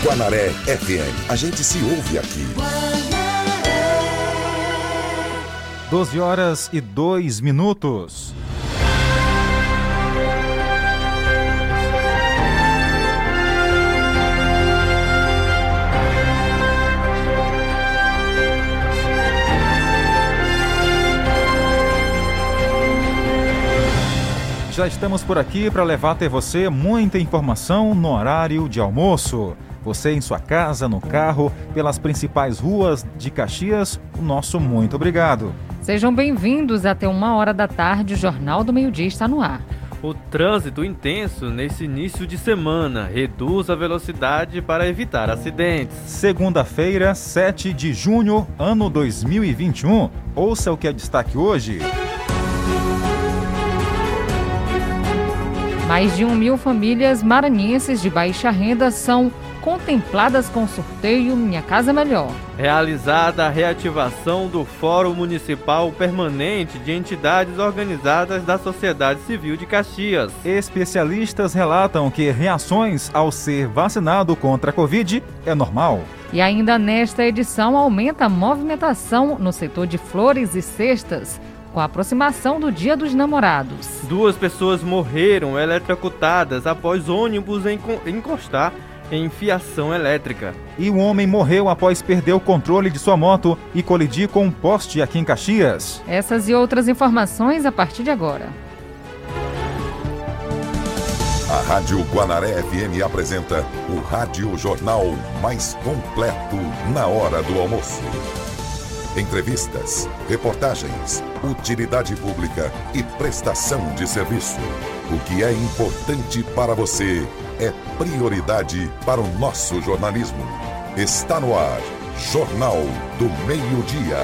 Guanaré FM. A gente se ouve aqui. 12h02. Já estamos por aqui para levar até você muita informação no horário de almoço. Você em sua casa, no carro, pelas principais ruas de Caxias, o nosso muito obrigado. Sejam bem-vindos até 13h. O Jornal do Meio-Dia está no ar. O trânsito intenso nesse início de semana reduz a velocidade para evitar acidentes. Segunda-feira, 7 de junho, ano 2021. Ouça o que é destaque hoje. Mais de 1.000 famílias maranhenses de baixa renda são contempladas com o sorteio Minha Casa Melhor. Realizada a reativação do Fórum Municipal Permanente de Entidades Organizadas da Sociedade Civil de Caxias. Especialistas relatam que reações ao ser vacinado contra a Covid é normal. E ainda nesta edição aumenta a movimentação no setor de flores e cestas, com a aproximação do Dia dos Namorados. 2 pessoas morreram eletrocutadas após ônibus encostar em fiação elétrica. E um homem morreu após perder o controle de sua moto e colidir com um poste aqui em Caxias. Essas e outras informações a partir de agora. A Rádio Guanaré FM apresenta o Rádio Jornal mais completo na hora do almoço. Entrevistas, reportagens, utilidade pública e prestação de serviço. O que é importante para você é prioridade para o nosso jornalismo. Está no ar, Jornal do Meio-Dia.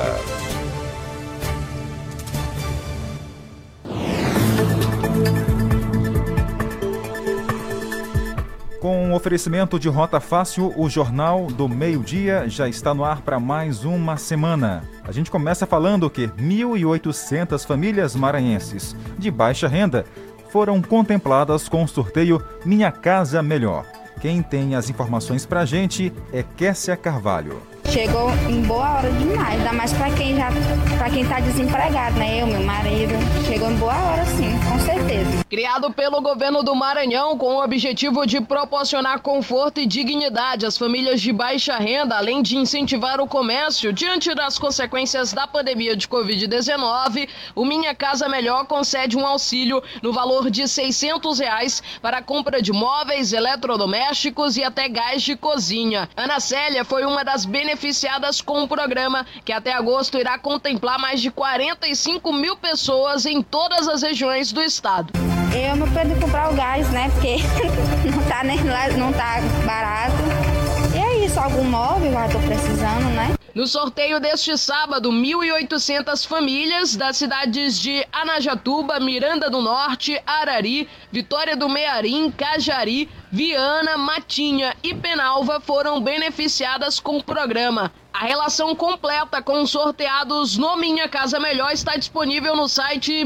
Com o oferecimento de Rota Fácil, o Jornal do Meio-Dia já está no ar para mais uma semana. A gente começa falando que 1.800 famílias maranhenses de baixa renda foram contempladas com o sorteio Minha Casa Melhor. Quem tem as informações pra gente é Kessia Carvalho. Chegou em boa hora demais, ainda mais para quem tá desempregado, né? Eu, meu marido. Chegou em boa hora, sim, com certeza. Criado pelo governo do Maranhão com o objetivo de proporcionar conforto e dignidade às famílias de baixa renda, além de incentivar o comércio diante das consequências da pandemia de Covid-19, o Minha Casa Melhor concede um auxílio no valor de R$ 600 para a compra de móveis, eletrodomésticos e até gás de cozinha. Ana Célia foi uma das beneficiadas com o programa, que até agosto irá contemplar mais de 45 mil pessoas em todas as regiões do estado. Eu não pude comprar o gás, né? Porque não tá barato. E é isso, algum móvel eu tô precisando, né? No sorteio deste sábado, 1.800 famílias das cidades de Anajatuba, Miranda do Norte, Arari, Vitória do Mearim, Cajari, Viana, Matinha e Penalva foram beneficiadas com o programa. A relação completa com os sorteados no Minha Casa Melhor está disponível no site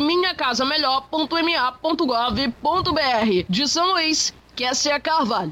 minhacasamelhor.ma.gov.br. De São Luís, Kessia Carvalho.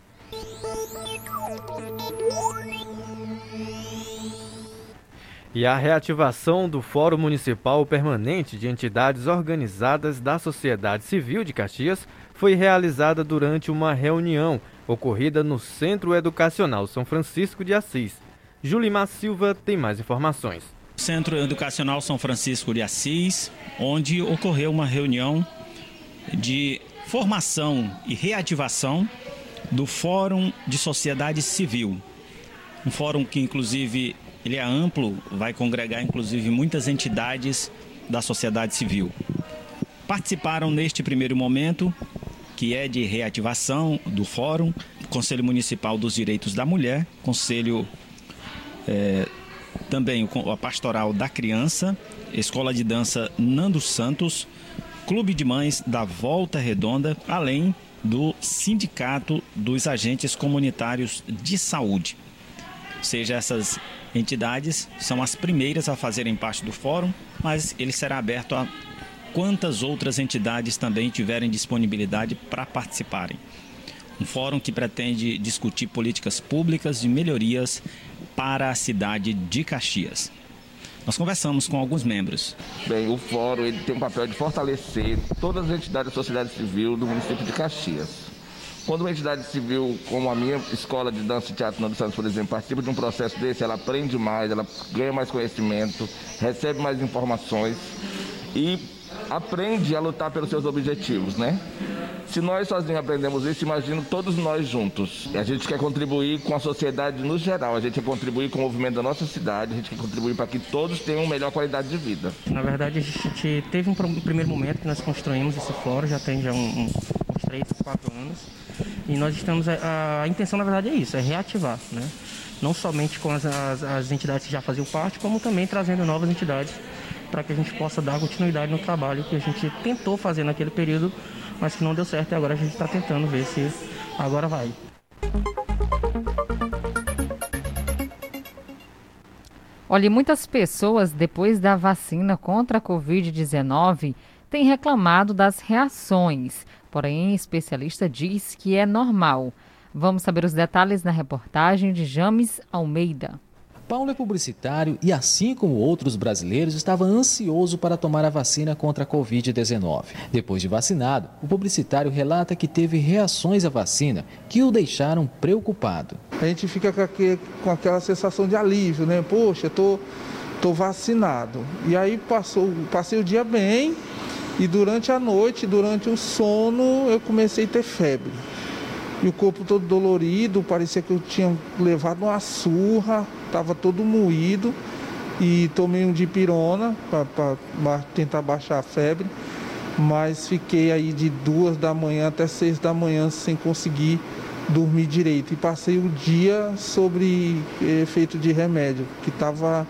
E a reativação do Fórum Municipal Permanente de Entidades Organizadas da Sociedade Civil de Caxias foi realizada durante uma reunião ocorrida no Centro Educacional São Francisco de Assis. Julimar Silva tem mais informações. Centro Educacional São Francisco de Assis, onde ocorreu uma reunião de formação e reativação do Fórum de Sociedade Civil. Um fórum que, inclusive, ele é amplo, vai congregar, inclusive, muitas entidades da sociedade civil. Participaram neste primeiro momento, que é de reativação do Fórum, Conselho Municipal dos Direitos da Mulher, Conselho também a Pastoral da Criança, Escola de Dança Nando Santos, Clube de Mães da Volta Redonda, além do Sindicato dos Agentes Comunitários de Saúde. Ou seja, essas entidades são as primeiras a fazerem parte do fórum, mas ele será aberto a quantas outras entidades também tiverem disponibilidade para participarem. Um fórum que pretende discutir políticas públicas de melhorias para a cidade de Caxias. Nós conversamos com alguns membros. Bem, o fórum ele tem um papel de fortalecer todas as entidades da sociedade civil do município de Caxias. Quando uma entidade civil, como a minha escola de dança e teatro Nando Santos, por exemplo, participa de um processo desse, ela aprende mais, ela ganha mais conhecimento, recebe mais informações e aprende a lutar pelos seus objetivos, né? Se nós sozinhos aprendemos isso, imagino todos nós juntos. A gente quer contribuir com a sociedade no geral, a gente quer contribuir com o movimento da nossa cidade, a gente quer contribuir para que todos tenham uma melhor qualidade de vida. Na verdade, a gente teve um primeiro momento que nós construímos esse fórum, já tem uns 3, 4 anos. E nós estamos, a intenção na verdade é isso, é reativar, né? Não somente com as entidades que já faziam parte, como também trazendo novas entidades para que a gente possa dar continuidade no trabalho que a gente tentou fazer naquele período, mas que não deu certo e agora a gente está tentando ver se agora vai. Olha, muitas pessoas depois da vacina contra a Covid-19 têm reclamado das reações. Porém, o especialista diz que é normal. Vamos saber os detalhes na reportagem de James Almeida. Paulo é publicitário e, assim como outros brasileiros, estava ansioso para tomar a vacina contra a Covid-19. Depois de vacinado, o publicitário relata que teve reações à vacina que o deixaram preocupado. A gente fica com aquela sensação de alívio, né? Poxa, tô vacinado. E aí passei o dia bem. E durante a noite, durante o sono, eu comecei a ter febre. E o corpo todo dolorido, parecia que eu tinha levado uma surra, estava todo moído. E tomei um dipirona para tentar baixar a febre. Mas fiquei aí de 2 da manhã até 6 da manhã sem conseguir dormir direito. E passei o dia sobre efeito de remédio, que estava...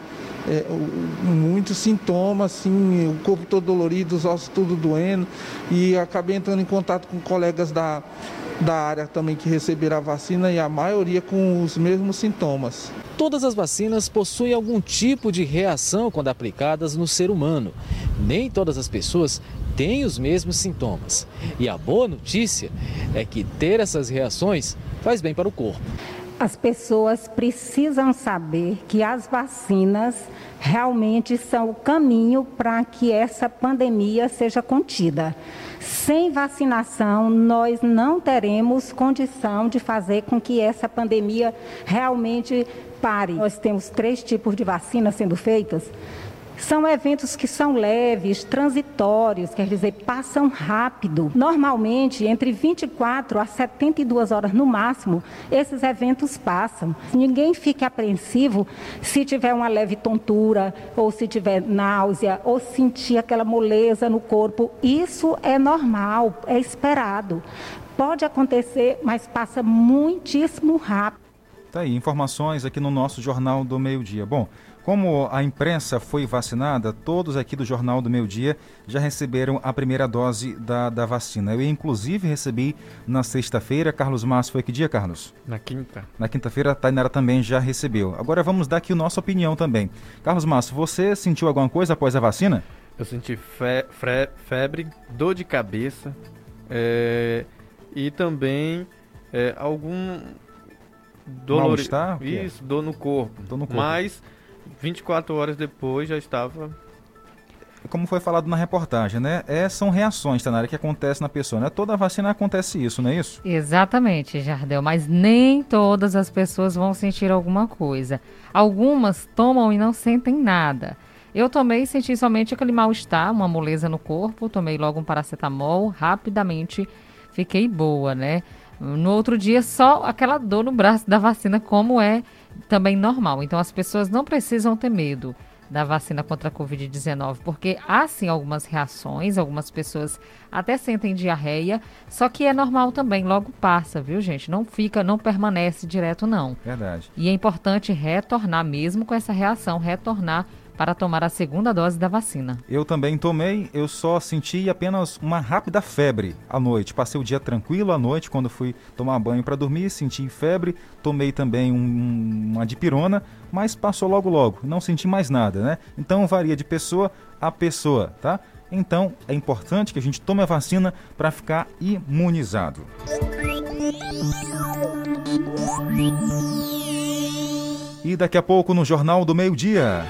muitos sintomas, assim, o corpo todo dolorido, os ossos tudo doendo, e acabei entrando em contato com colegas da área também que receberam a vacina e a maioria com os mesmos sintomas. Todas as vacinas possuem algum tipo de reação quando aplicadas no ser humano. Nem todas as pessoas têm os mesmos sintomas. E a boa notícia é que ter essas reações faz bem para o corpo. As pessoas precisam saber que as vacinas realmente são o caminho para que essa pandemia seja contida. Sem vacinação, nós não teremos condição de fazer com que essa pandemia realmente pare. Nós temos 3 tipos de vacinas sendo feitas. São eventos que são leves, transitórios, quer dizer, passam rápido. Normalmente, entre 24 a 72 horas no máximo, esses eventos passam. Ninguém fique apreensivo se tiver uma leve tontura, ou se tiver náusea, ou sentir aquela moleza no corpo. Isso é normal, é esperado. Pode acontecer, mas passa muitíssimo rápido. Tá aí, informações aqui no nosso Jornal do Meio-Dia. Bom, como a imprensa foi vacinada, todos aqui do Jornal do Meio-Dia já receberam a primeira dose da vacina. Eu, inclusive, recebi na sexta-feira. Carlos Márcio, foi que dia, Carlos? Na quinta. Na quinta-feira, a Tainara também já recebeu. Agora vamos dar aqui a nossa opinião também. Carlos Márcio, você sentiu alguma coisa após a vacina? Eu senti febre, dor de cabeça e também algum dolor. Mal-estar? Isso, dor no corpo. Mas 24 horas depois já estava... Como foi falado na reportagem, né? São reações, Tainara, que acontecem na pessoa, né? Toda vacina acontece isso, não é isso? Exatamente, Jardel, mas nem todas as pessoas vão sentir alguma coisa. Algumas tomam e não sentem nada. Eu tomei e senti somente aquele mal-estar, uma moleza no corpo, tomei logo um paracetamol, rapidamente fiquei boa, né? No outro dia, só aquela dor no braço da vacina, como é também normal. Então, as pessoas não precisam ter medo da vacina contra a Covid-19, porque há sim algumas reações, algumas pessoas até sentem diarreia, só que é normal também, logo passa, viu, gente? Não permanece direto, não. Verdade. E é importante retornar mesmo com essa reação, retornar para tomar a segunda dose da vacina. Eu também tomei, eu só senti apenas uma rápida febre à noite. Passei o dia tranquilo à noite, quando fui tomar banho para dormir, senti febre, tomei também uma dipirona, mas passou logo, não senti mais nada, né? Então varia de pessoa a pessoa, tá? Então é importante que a gente tome a vacina para ficar imunizado. E daqui a pouco no Jornal do Meio-Dia.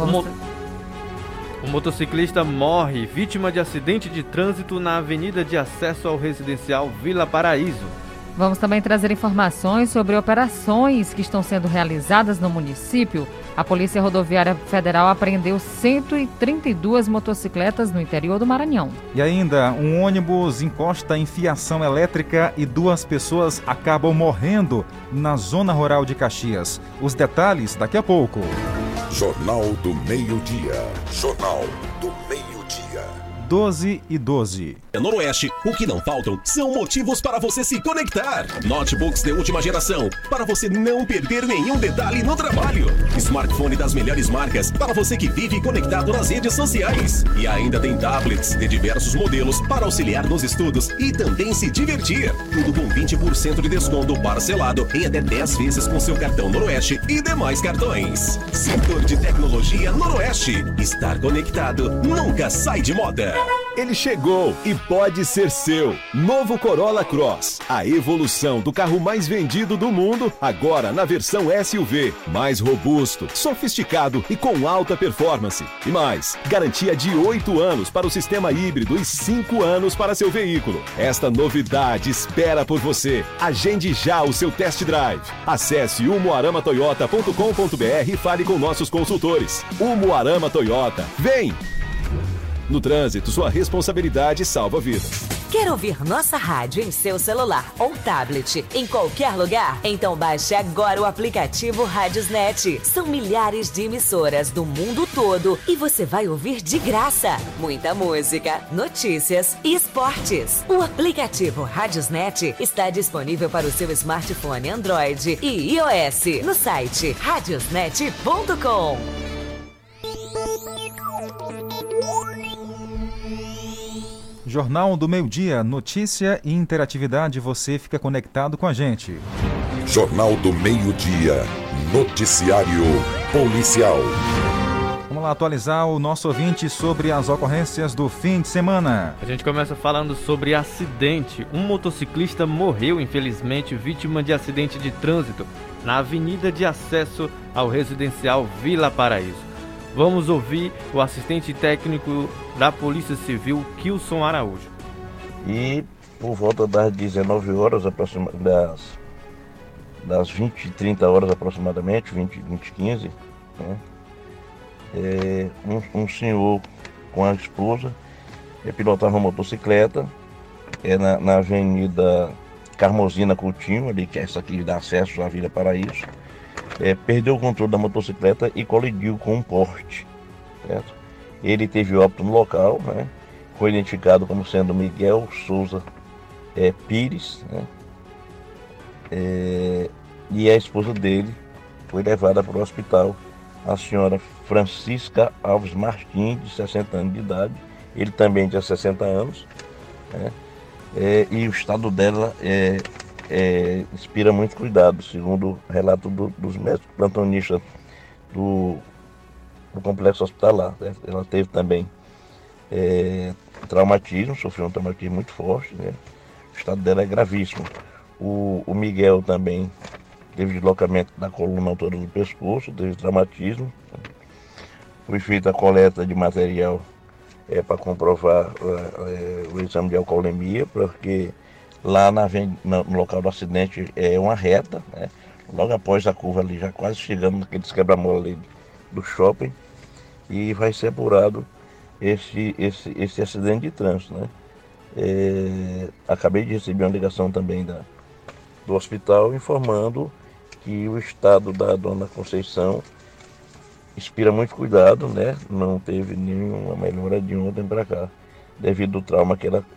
O motociclista morre vítima de acidente de trânsito na avenida de acesso ao residencial Vila Paraíso. Vamos também trazer informações sobre operações que estão sendo realizadas no município. A Polícia Rodoviária Federal apreendeu 132 motocicletas no interior do Maranhão. E ainda, um ônibus encosta em fiação elétrica e 2 pessoas acabam morrendo na zona rural de Caxias. Os detalhes daqui a pouco. Jornal do Meio-Dia. Jornal do Meio-Dia. 12:12. Noroeste, o que não faltam são motivos para você se conectar. Notebooks de última geração, para você não perder nenhum detalhe no trabalho. Smartphone das melhores marcas, para você que vive conectado nas redes sociais. E ainda tem tablets de diversos modelos para auxiliar nos estudos e também se divertir. Tudo com 20% de desconto parcelado em até 10 vezes com seu cartão Noroeste e demais cartões. Setor de tecnologia Noroeste. Estar conectado nunca sai de moda. Ele chegou e pode ser seu. Novo Corolla Cross. A evolução do carro mais vendido do mundo, agora na versão SUV. Mais robusto, sofisticado e com alta performance. E mais, garantia de 8 anos para o sistema híbrido e 5 anos para seu veículo. Esta novidade espera por você. Agende já o seu test drive. Acesse umuaramatoyota.com.br e fale com nossos consultores. Umuarama Toyota. Vem! No trânsito, sua responsabilidade salva vidas. Quer ouvir nossa rádio em seu celular ou tablet, em qualquer lugar? Então baixe agora o aplicativo Radiosnet. São milhares de emissoras do mundo todo e você vai ouvir de graça. Muita música, notícias e esportes. O aplicativo Radiosnet está disponível para o seu smartphone Android e iOS no site radiosnet.com. Jornal do Meio-Dia, notícia e interatividade, você fica conectado com a gente. Jornal do Meio-Dia, noticiário policial. Vamos lá atualizar o nosso ouvinte sobre as ocorrências do fim de semana. A gente começa falando sobre acidente. Um motociclista morreu, infelizmente, vítima de acidente de trânsito na avenida de acesso ao residencial Vila Paraíso. Vamos ouvir o assistente técnico da Polícia Civil, Kilson Araújo. E por volta das 19 horas, das 20 e 30 horas aproximadamente, 20:15, né? Um senhor com a esposa pilotava uma motocicleta na Avenida Carmozina Coutinho, ali, que é essa aqui dá acesso à Vila Paraíso. Perdeu o controle da motocicleta e colidiu com um poste, certo? Ele teve óbito no local, né? Foi identificado como sendo Miguel Souza Pires, né? E a esposa dele foi levada para o hospital, a senhora Francisca Alves Martins, de 60 anos de idade. Ele também tinha 60 anos, né? E o estado dela inspira muito cuidado, segundo o relato dos médicos plantonistas do complexo hospitalar, né? Ela teve também traumatismo, sofreu um traumatismo muito forte, né? O estado dela é gravíssimo. O Miguel também teve deslocamento da coluna à altura do pescoço, teve traumatismo. Foi feita a coleta de material para comprovar o exame de alcoolemia, porque lá no local do acidente é uma reta, né? Logo após a curva ali, já quase chegando naqueles quebra-mola ali do shopping, e vai ser apurado esse acidente de trânsito, né? Acabei de receber uma ligação também do hospital informando que o estado da dona Conceição inspira muito cuidado, né? Não teve nenhuma melhora de ontem para cá, devido ao trauma que ela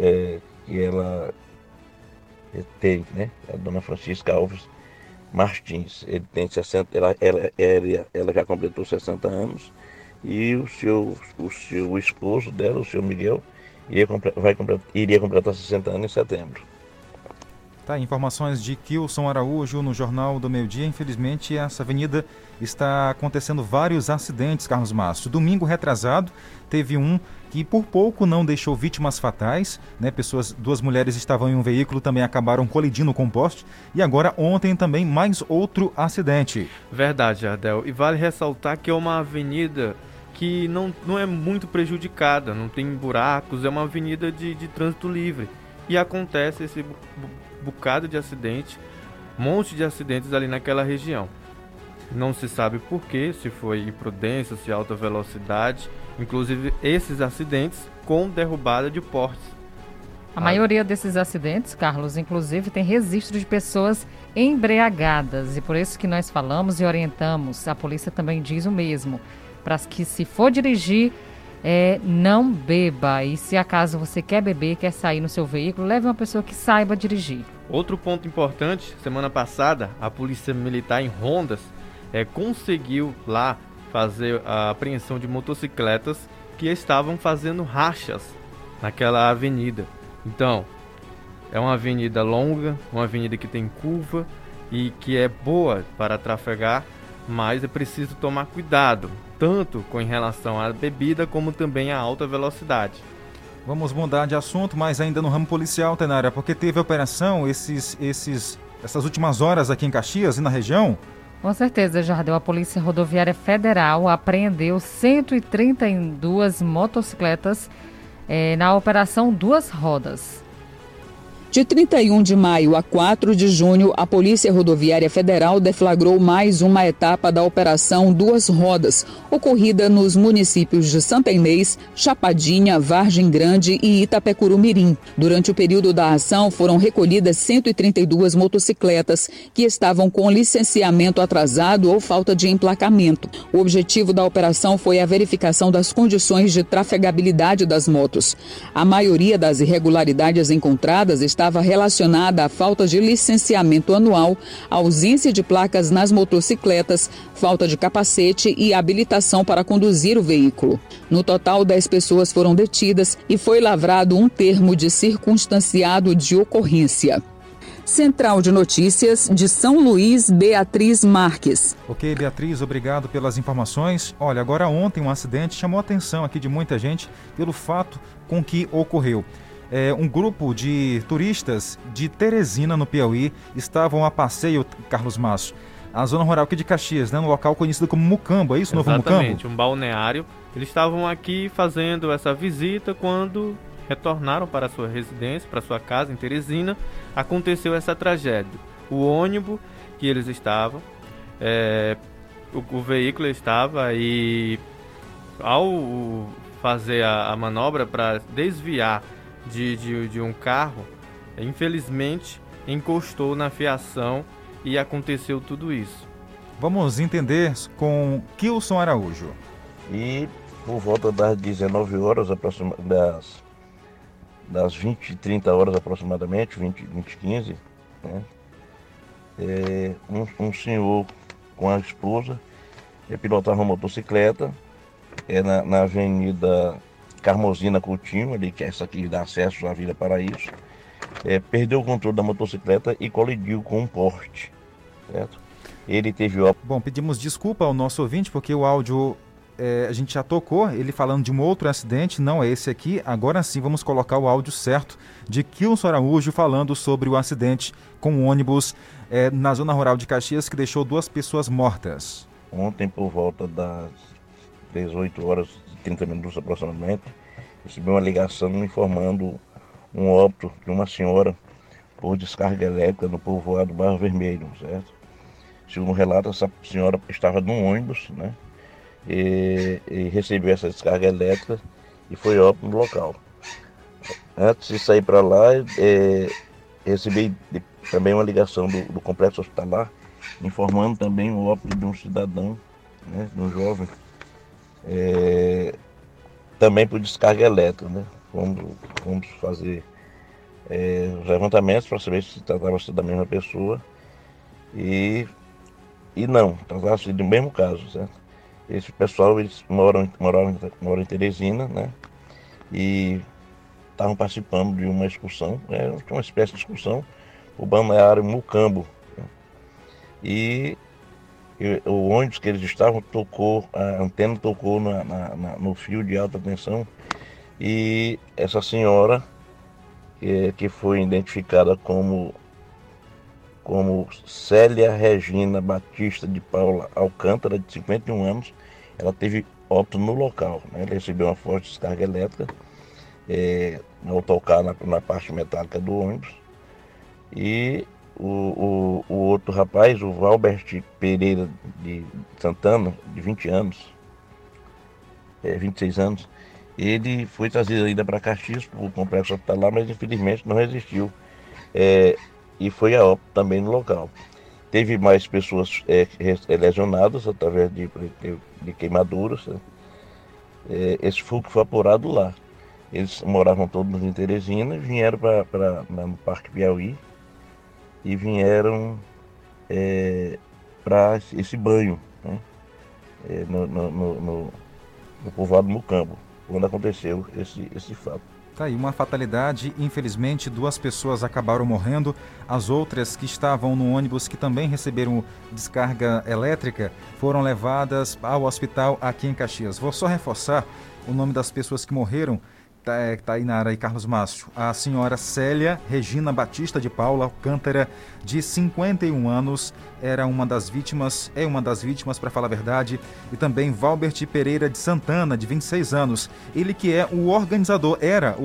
teve, né? A dona Francisca Alves Martins. Ele tem 60, ela já completou 60 anos, e o seu esposo dela, o seu Miguel, iria completar 60 anos em setembro. Tá, informações de Kilson Araújo no Jornal do Meio Dia. Infelizmente, essa avenida está acontecendo vários acidentes, Carlos Márcio. Domingo retrasado, teve um que por pouco não deixou vítimas fatais, né? Duas mulheres estavam em um veículo, também acabaram colidindo com o poste. E agora, ontem também, mais outro acidente. Verdade, Jardel. E vale ressaltar que é uma avenida que não é muito prejudicada, não tem buracos, é uma avenida de trânsito livre. E acontece esse bocado de acidente, monte de acidentes ali naquela região. Não se sabe porquê, se foi imprudência, se alta velocidade, inclusive esses acidentes com derrubada de postes. A maioria desses acidentes, Carlos, inclusive tem registro de pessoas embriagadas, e por isso que nós falamos e orientamos, a polícia também diz o mesmo, para que se for dirigir, não beba, e se acaso você quer beber, quer sair no seu veículo, leve uma pessoa que saiba dirigir. Outro ponto importante, semana passada, a Polícia Militar em Rondas conseguiu lá fazer a apreensão de motocicletas que estavam fazendo rachas naquela avenida. Então, é uma avenida longa, uma avenida que tem curva e que é boa para trafegar, mas é preciso tomar cuidado, tanto com relação à bebida como também à alta velocidade. Vamos mudar de assunto, mas ainda no ramo policial, Tainara, porque teve operação essas últimas horas aqui em Caxias e na região. Com certeza, Jardel. A Polícia Rodoviária Federal apreendeu 132 motocicletas na Operação Duas Rodas. De 31 de maio a 4 de junho, a Polícia Rodoviária Federal deflagrou mais uma etapa da Operação Duas Rodas, ocorrida nos municípios de Santa Inês, Chapadinha, Vargem Grande e Itapecuru-Mirim. Durante o período da ação, foram recolhidas 132 motocicletas que estavam com licenciamento atrasado ou falta de emplacamento. O objetivo da operação foi a verificação das condições de trafegabilidade das motos. A maioria das irregularidades encontradas estava relacionada à falta de licenciamento anual, ausência de placas nas motocicletas, falta de capacete e habilitação para conduzir o veículo. No total, 10 pessoas foram detidas e foi lavrado um termo de circunstanciado de ocorrência. Central de Notícias de São Luís, Beatriz Marques. Ok, Beatriz, obrigado pelas informações. Olha, agora ontem um acidente chamou a atenção aqui de muita gente pelo fato com que ocorreu. Um grupo de turistas de Teresina, no Piauí, estavam a passeio, Carlos Márcio, a zona rural aqui de Caxias, né, no local conhecido como Mucambo, é isso? Novo Mucambo? Exatamente, um balneário. Eles estavam aqui fazendo essa visita quando retornaram para a sua residência, para a sua casa em Teresina. Aconteceu essa tragédia. O ônibus que eles estavam, o veículo estava e ao fazer a manobra para desviar de um carro, infelizmente encostou na fiação e aconteceu tudo isso. Vamos entender com Kilson Araújo. E por volta das 19 horas, das 20 e 30 horas aproximadamente, 20 e 15, né, um senhor com a esposa pilotava uma motocicleta na Avenida Carmozina Coutinho, ali, que é essa aqui dá acesso à Vila Paraíso, perdeu o controle da motocicleta e colidiu com um poste, certo? Ele teve... Bom, pedimos desculpa ao nosso ouvinte, porque o áudio a gente já tocou, ele falando de um outro acidente, não é esse aqui. Agora sim vamos colocar o áudio certo de Kilson Araújo falando sobre o acidente com o ônibus na zona rural de Caxias, que deixou 2 pessoas mortas. Ontem, por volta das 18 horas e 30 minutos aproximadamente, recebi uma ligação informando um óbito de uma senhora por descarga elétrica no povoado Barro Vermelho, certo? Segundo o relato, essa senhora estava num ônibus, né? E recebeu essa descarga elétrica e foi óbito no local. Antes de sair para lá, recebi também uma ligação do complexo hospitalar, informando também o óbito de um cidadão, né, de um jovem, também por descarga elétrica, né? Vamos fazer os levantamentos para saber se tratava-se da mesma pessoa e não, tratava-se do mesmo caso, certo? Esse pessoal, eles moram em Teresina, né? E estavam participando de uma excursão, uma espécie de excursão, o balneário Mucambo. E o ônibus que eles estavam a antena tocou no fio de alta tensão, e essa senhora, que foi identificada como Célia Regina Batista de Paula Alcântara, de 51 anos, ela teve óbito no local, né? Ela recebeu uma forte descarga elétrica ao tocar na parte metálica do ônibus. E o outro rapaz, o Valbert Pereira de Santana, de 26 anos, ele foi trazido ainda para Caxias, para o complexo hospitalar, mas infelizmente não resistiu. E foi a óbito também no local. Teve mais pessoas lesionadas através de queimaduras. Né? Esse fogo foi apurado lá. Eles moravam todos em Teresina, vieram no Parque Piauí e vieram para esse banho, né? No povoado Mucambo, quando aconteceu esse fato. Tá aí uma fatalidade, infelizmente 2 pessoas acabaram morrendo, as outras que estavam no ônibus, que também receberam descarga elétrica, foram levadas ao hospital aqui em Caxias. Vou só reforçar o nome das pessoas que morreram, Tainara e Carlos Márcio. A senhora Célia Regina Batista de Paula Alcântara, de 51 anos, é uma das vítimas, para falar a verdade, e também Valbert Pereira de Santana, de 26 anos, ele que era o organizador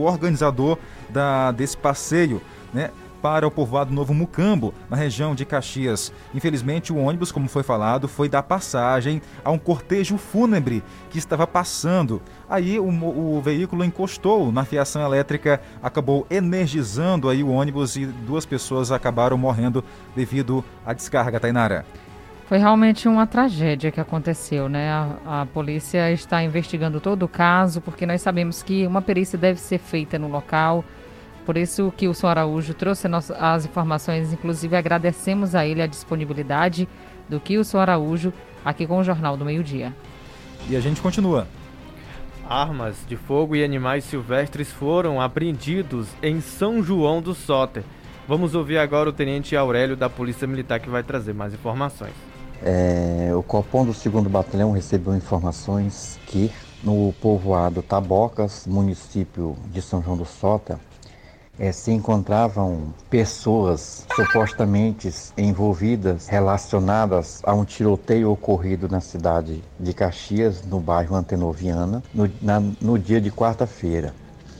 desse passeio, né, para o povoado Novo Mucambo, na região de Caxias. Infelizmente, o ônibus, como foi falado, foi dar passagem a um cortejo fúnebre que estava passando. Aí o veículo encostou na fiação elétrica, acabou energizando aí o ônibus e 2 pessoas acabaram morrendo devido à descarga, Tainara. Foi realmente uma tragédia que aconteceu, né? A polícia está investigando todo o caso, porque nós sabemos que uma perícia deve ser feita no local. Por isso que o senhor Araújo trouxe as informações, inclusive agradecemos a ele a disponibilidade do que o senhor Araújo aqui com o Jornal do Meio-Dia. E a gente continua. Armas de fogo e animais silvestres foram apreendidos em São João do Soter. Vamos ouvir agora o Tenente Aurélio da Polícia Militar, que vai trazer mais informações. O Copom do 2º Batalhão recebeu informações que no povoado Tabocas, município de São João do Soter, se encontravam pessoas supostamente envolvidas, relacionadas a um tiroteio ocorrido na cidade de Caxias, no bairro Antenoviana, no dia de quarta-feira.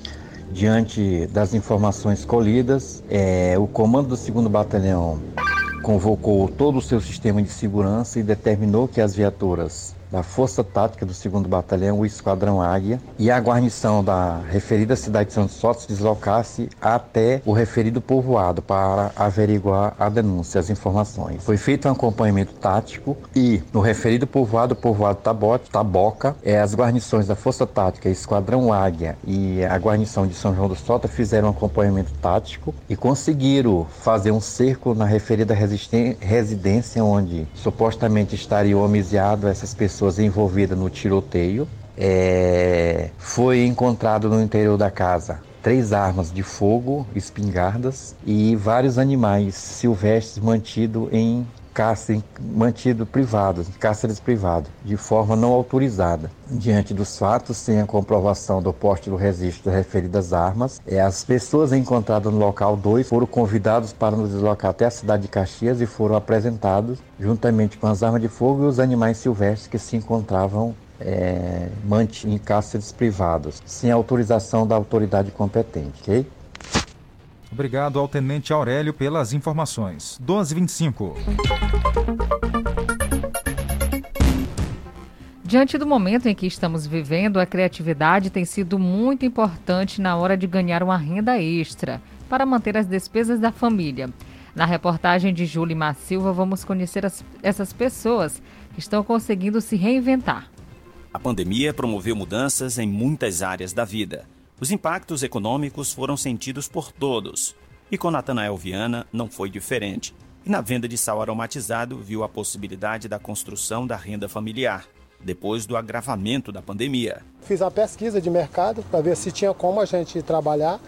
Diante das informações colhidas, o comando do 2º Batalhão convocou todo o seu sistema de segurança e determinou que as viaturas da Força Tática do 2º Batalhão, o Esquadrão Águia, e a guarnição da referida cidade de São Soto se deslocasse até o referido povoado para averiguar a denúncia, as informações. Foi feito um acompanhamento tático e no referido povoado Taboca, as guarnições da Força Tática, Esquadrão Águia e a guarnição de São João do Soter fizeram um acompanhamento tático e conseguiram fazer um cerco na referida residência onde supostamente estariam homiziadas essas pessoas envolvidas no tiroteio. Foi encontrado no interior da casa 3 armas de fogo, espingardas e vários animais silvestres mantidos em cárceres privados, de forma não autorizada. Diante dos fatos, sem a comprovação do porte do registro das referidas armas, as pessoas encontradas no local 2 foram convidados para nos deslocar até a cidade de Caxias e foram apresentados, juntamente com as armas de fogo e os animais silvestres que se encontravam em cárceres privados, sem autorização da autoridade competente, ok? Obrigado ao Tenente Aurélio pelas informações. 12h25. Diante do momento em que estamos vivendo, a criatividade tem sido muito importante na hora de ganhar uma renda extra para manter as despesas da família. Na reportagem de Júlia Silva, vamos conhecer essas pessoas que estão conseguindo se reinventar. A pandemia promoveu mudanças em muitas áreas da vida. Os impactos econômicos foram sentidos por todos. E com Natanael Viana não foi diferente. E na venda de sal aromatizado viu a possibilidade da construção da renda familiar, depois do agravamento da pandemia. Fiz uma pesquisa de mercado para ver se tinha como a gente trabalhar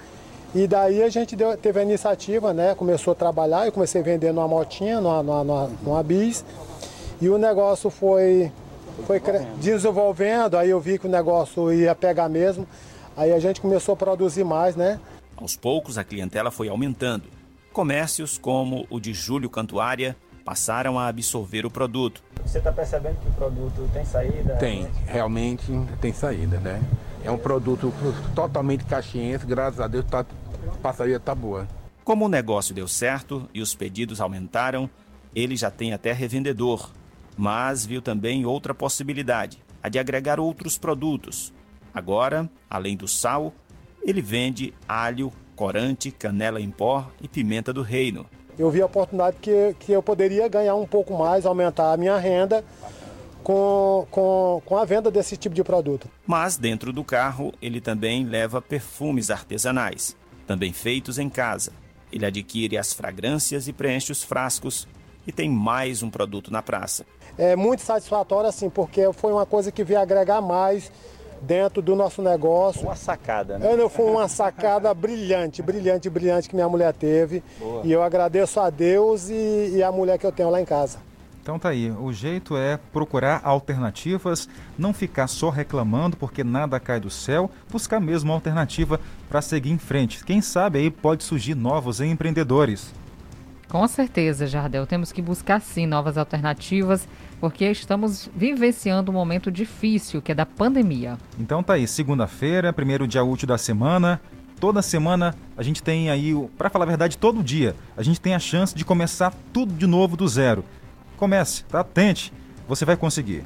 E daí a gente teve a iniciativa, né? Começou a trabalhar, eu comecei a vender numa motinha, numa bis. E o negócio foi desenvolvendo, aí eu vi que o negócio ia pegar mesmo. Aí a gente começou a produzir mais, né? Aos poucos, a clientela foi aumentando. Comércios como o de Júlio Cantuária passaram a absorver o produto. Você está percebendo que o produto tem saída? Tem, realmente tem saída, né? É um produto totalmente caxiense, graças a Deus a passaria está boa. Como o negócio deu certo e os pedidos aumentaram, ele já tem até revendedor, mas viu também outra possibilidade, a de agregar outros produtos. Agora, além do sal, ele vende alho, corante, canela em pó e pimenta do reino. Eu vi a oportunidade que eu poderia ganhar um pouco mais, aumentar a minha renda com a venda desse tipo de produto. Mas dentro do carro, ele também leva perfumes artesanais, também feitos em casa. Ele adquire as fragrâncias e preenche os frascos e tem mais um produto na praça. É muito satisfatório, assim, porque foi uma coisa que veio agregar mais dentro do nosso negócio. Uma sacada, né? Foi uma sacada brilhante que minha mulher teve. Boa. E eu agradeço a Deus e a mulher que eu tenho lá em casa. Então tá aí, o jeito é procurar alternativas, não ficar só reclamando porque nada cai do céu, buscar mesmo uma alternativa para seguir em frente. Quem sabe aí pode surgir novos empreendedores. Com certeza, Jardel, temos que buscar sim novas alternativas, porque estamos vivenciando um momento difícil, que é da pandemia. Então tá aí, segunda-feira, primeiro dia útil da semana. Toda semana a gente tem aí, para falar a verdade, todo dia, a gente tem a chance de começar tudo de novo do zero. Comece, tá? Tente, você vai conseguir.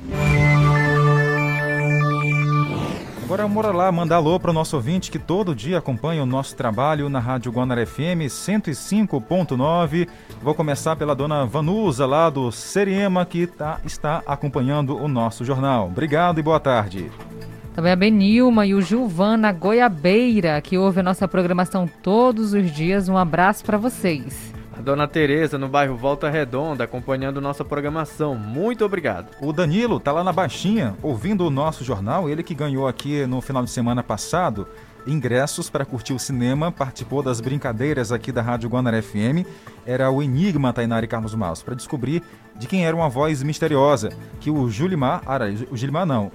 Agora bora lá mandar alô para o nosso ouvinte que todo dia acompanha o nosso trabalho na Rádio Guanaré FM 105.9. Vou começar pela dona Vanusa lá do Seriema que está acompanhando o nosso jornal. Obrigado e boa tarde. Também a Benilma e o Gilvan na Goiabeira, que ouve a nossa programação todos os dias. Um abraço para vocês. A dona Tereza, no bairro Volta Redonda, acompanhando nossa programação. Muito obrigado. O Danilo tá lá na Baixinha, ouvindo o nosso jornal. Ele que ganhou aqui no final de semana passado ingressos para curtir o cinema, participou das brincadeiras aqui da Rádio Guanaré FM. Era o Enigma, Tainara e Carlos Maus, para descobrir de quem era uma voz misteriosa. Que o Julimar... o Julimar não,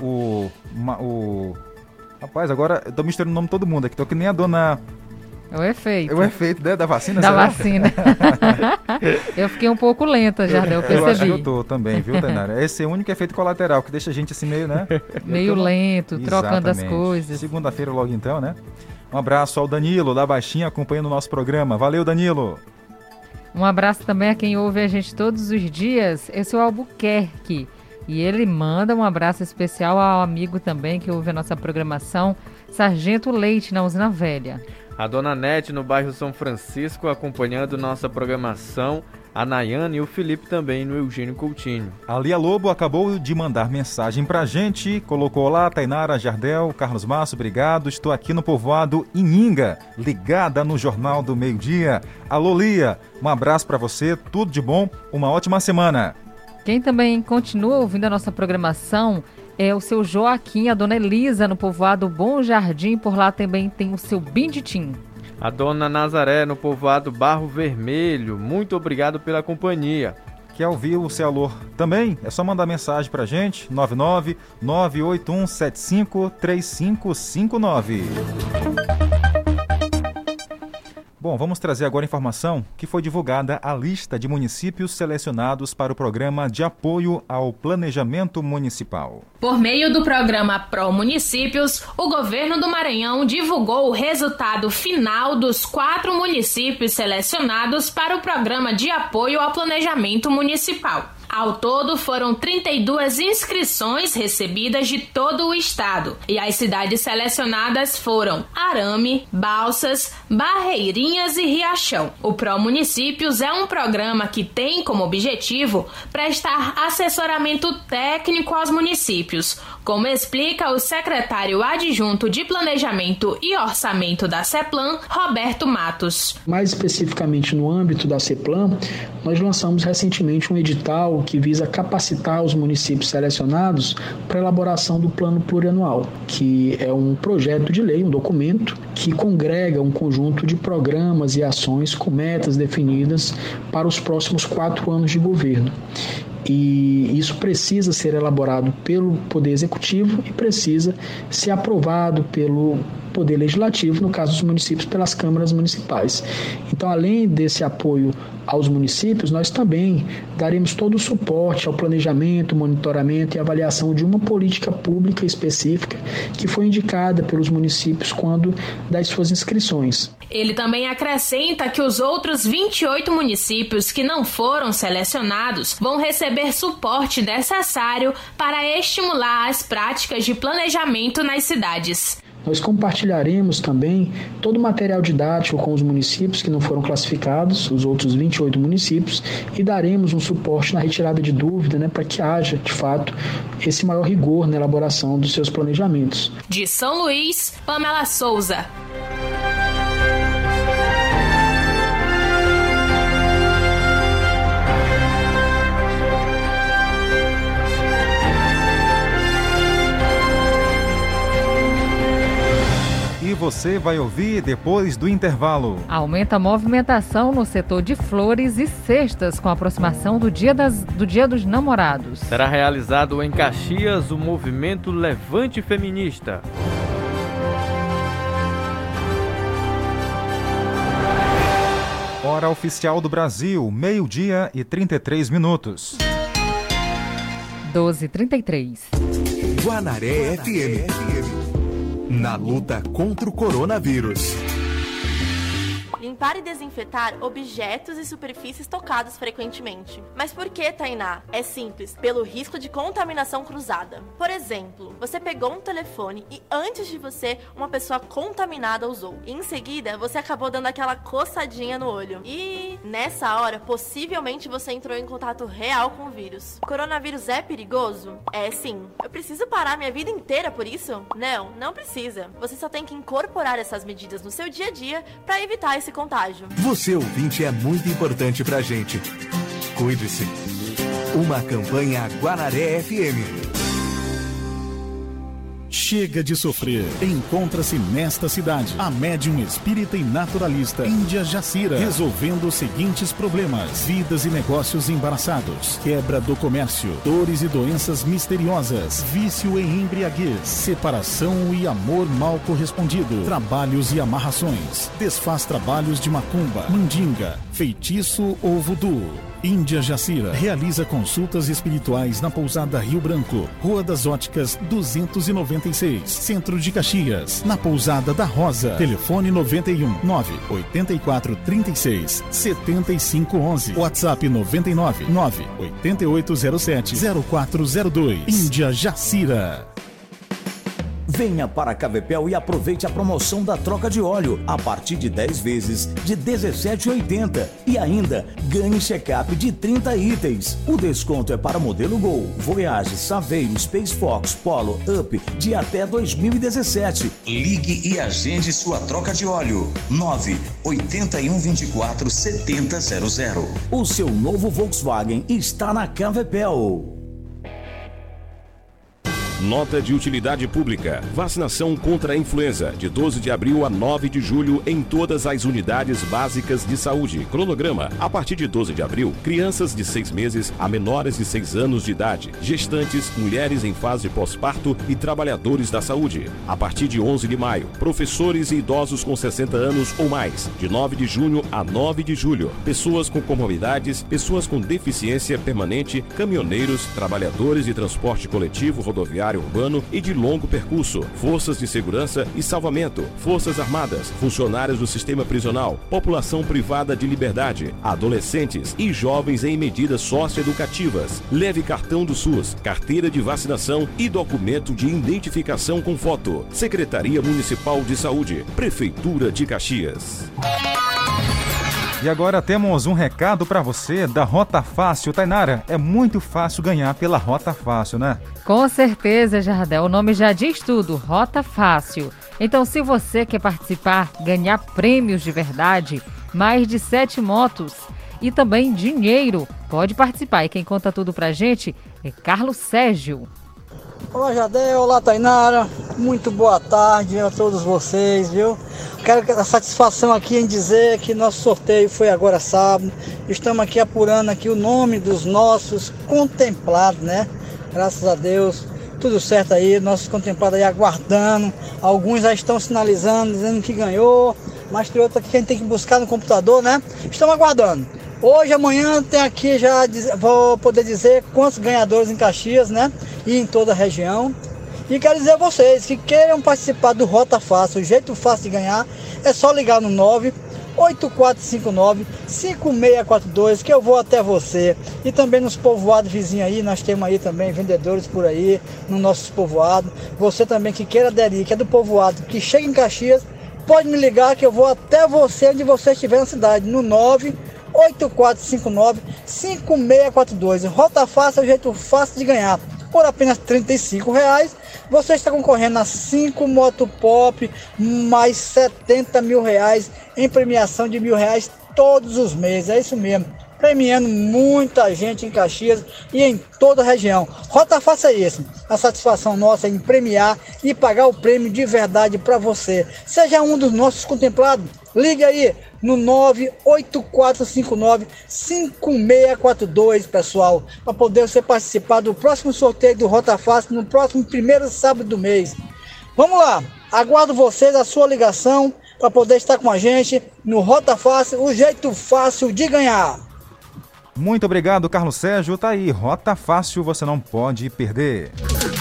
Rapaz, agora eu tô misturando o nome de todo mundo aqui. Tô que nem a dona... É o efeito. É o efeito, né? Da vacina? Da vacina. Eu fiquei um pouco lenta, Jardel, eu percebi. Eu acho que eu tô também, viu, Tainara? Esse é o único efeito colateral, que deixa a gente assim meio, né? Meio lento, trocando as coisas. Segunda-feira logo então, né? Um abraço ao Danilo, da Baixinha, acompanhando o nosso programa. Valeu, Danilo! Um abraço também a quem ouve a gente todos os dias. Esse é o Albuquerque. E ele manda um abraço especial ao amigo também que ouve a nossa programação, Sargento Leite, na Usina Velha. A dona Nete, no bairro São Francisco, acompanhando nossa programação. A Nayane e o Felipe também no Eugênio Coutinho. A Lia Lobo acabou de mandar mensagem pra gente. Colocou lá, Tainara, Jardel, Carlos Márcio, obrigado. Estou aqui no povoado Ininga, ligada no Jornal do Meio-Dia. Alô, Lia, um abraço pra você, tudo de bom, uma ótima semana. Quem também continua ouvindo a nossa programação é o seu Joaquim, a dona Elisa, no povoado Bom Jardim. Por lá também tem o seu Binditim. A dona Nazaré, no povoado Barro Vermelho. Muito obrigado pela companhia. Quer ouvir o seu alô também? É só mandar mensagem pra gente, 99981753559. Bom, vamos trazer agora a informação que foi divulgada a lista de municípios selecionados para o Programa de Apoio ao Planejamento Municipal. Por meio do programa Pro Municípios, o governo do Maranhão divulgou o resultado final dos 4 municípios selecionados para o Programa de Apoio ao Planejamento Municipal. Ao todo, foram 32 inscrições recebidas de todo o estado. E as cidades selecionadas foram Arame, Balsas, Barreirinhas e Riachão. O Pro Municípios é um programa que tem como objetivo prestar assessoramento técnico aos municípios, como explica o secretário adjunto de Planejamento e Orçamento da CEPLAN, Roberto Matos. Mais especificamente no âmbito da CEPLAN, nós lançamos recentemente um edital edital que visa capacitar os municípios selecionados para a elaboração do Plano Plurianual, que é um projeto de lei, um documento que congrega um conjunto de programas e ações com metas definidas para os próximos 4 anos de governo. E isso precisa ser elaborado pelo Poder Executivo e precisa ser aprovado pelo Poder Legislativo, no caso dos municípios, pelas câmaras municipais. Então, além desse apoio aos municípios, nós também daremos todo o suporte ao planejamento, monitoramento e avaliação de uma política pública específica que foi indicada pelos municípios quando das suas inscrições. Ele também acrescenta que os outros 28 municípios que não foram selecionados vão receber suporte necessário para estimular as práticas de planejamento nas cidades. Nós compartilharemos também todo o material didático com os municípios que não foram classificados, os outros 28 municípios, e daremos um suporte na retirada de dúvida, para que haja, de fato, esse maior rigor na elaboração dos seus planejamentos. De São Luís, Pamela Souza. E você vai ouvir depois do intervalo. Aumenta a movimentação no setor de flores e cestas com a aproximação do Dia dos Namorados. Será realizado em Caxias o movimento Levante Feminista. Hora oficial do Brasil, 12h e 33 minutos. 12h33. Guanaré FM. Na luta contra o coronavírus. Limpar e desinfetar objetos e superfícies tocados frequentemente. Mas por que, Tainá? É simples, pelo risco de contaminação cruzada. Por exemplo, você pegou um telefone e antes de você, uma pessoa contaminada usou. E em seguida, você acabou dando aquela coçadinha no olho. E nessa hora, possivelmente você entrou em contato real com o vírus. O coronavírus é perigoso? É sim. Eu preciso parar minha vida inteira por isso? Não, não precisa. Você só tem que incorporar essas medidas no seu dia a dia para evitar esse contágio. Você, ouvinte, é muito importante pra gente. Cuide-se. Uma campanha Guanaré FM. Chega de sofrer. Encontra-se nesta cidade a médium espírita e naturalista Índia Jacira, resolvendo os seguintes problemas: vidas e negócios embaraçados, quebra do comércio, dores e doenças misteriosas, vício e embriaguez, separação e amor mal correspondido, trabalhos e amarrações, desfaz trabalhos de macumba, mandinga, feitiço ou voodoo. Índia Jacira realiza consultas espirituais na Pousada Rio Branco, Rua das Óticas 296, Centro de Caxias, na Pousada da Rosa. Telefone 91 984 36 7511. WhatsApp 99 98807 0402. Índia Jacira. Venha para a Cavepel e aproveite a promoção da troca de óleo a partir de 10 vezes de R$ 17,80 e ainda ganhe check-up de 30 itens. O desconto é para modelo Gol, Voyage, Saveiro, Space Fox, Polo, Up de até 2017. Ligue e agende sua troca de óleo. 98124-7000. O seu novo Volkswagen está na Cavepel. Nota de utilidade pública. Vacinação contra a influenza, de 12 de abril a 9 de julho, em todas as unidades básicas de saúde. Cronograma. A partir de 12 de abril, crianças de 6 meses a menores de 6 anos de idade, gestantes, mulheres em fase pós-parto e trabalhadores da saúde. A partir de 11 de maio, professores e idosos com 60 anos ou mais, de 9 de junho a 9 de julho. Pessoas com comorbidades, pessoas com deficiência permanente, caminhoneiros, trabalhadores de transporte coletivo, rodoviário urbano e de longo percurso, forças de segurança e salvamento, forças armadas, funcionários do sistema prisional, população privada de liberdade, adolescentes e jovens em medidas socioeducativas. Leve cartão do SUS, carteira de vacinação e documento de identificação com foto. Secretaria Municipal de Saúde, Prefeitura de Caxias. E agora temos um recado para você da Rota Fácil. Tainara, é muito fácil ganhar pela Rota Fácil, né? Com certeza, Jardel. O nome já diz tudo, Rota Fácil. Então, se você quer participar, ganhar prêmios de verdade, mais de 7 motos e também dinheiro. Pode participar e quem conta tudo pra gente é Carlos Sérgio. Olá, Jardel, olá, Tainara, muito boa tarde a todos vocês, viu? Quero a satisfação aqui em dizer que nosso sorteio foi agora sábado, estamos aqui apurando aqui o nome dos nossos contemplados, né? Graças a Deus, tudo certo aí, nossos contemplados aí aguardando, alguns já estão sinalizando, dizendo que ganhou, mas tem outro aqui que a gente tem que buscar no computador, né? Estamos aguardando. Hoje, amanhã, tem aqui já, vou poder dizer quantos ganhadores em Caxias, né? E em toda a região. E quero dizer a vocês que queiram participar do Rota Fácil, o jeito fácil de ganhar, é só ligar no 98459-5642 que eu vou até você. E também nos povoados vizinhos aí, nós temos aí também vendedores por aí, nos nossos povoados. Você também que queira aderir, que é do povoado, que chega em Caxias, pode me ligar que eu vou até você, onde você estiver na cidade, no 98459-5642. Rota Fácil é o jeito fácil de ganhar. Por apenas R$35, você está concorrendo a 5 Motopop, mais R$70 mil em premiação de R$1.000 todos os meses. É isso mesmo, premiando muita gente em Caxias e em toda a região. Rota Fácil é esse, a satisfação nossa em premiar e pagar o prêmio de verdade para você. Seja um dos nossos contemplados, ligue aí no 98459-5642, pessoal, para poder você participar do próximo sorteio do Rota Fácil no próximo primeiro sábado do mês. Vamos lá, aguardo vocês, a sua ligação, para poder estar com a gente no Rota Fácil, o jeito fácil de ganhar. Muito obrigado, Carlos Sérgio. Tá aí, Rota Fácil, você não pode perder.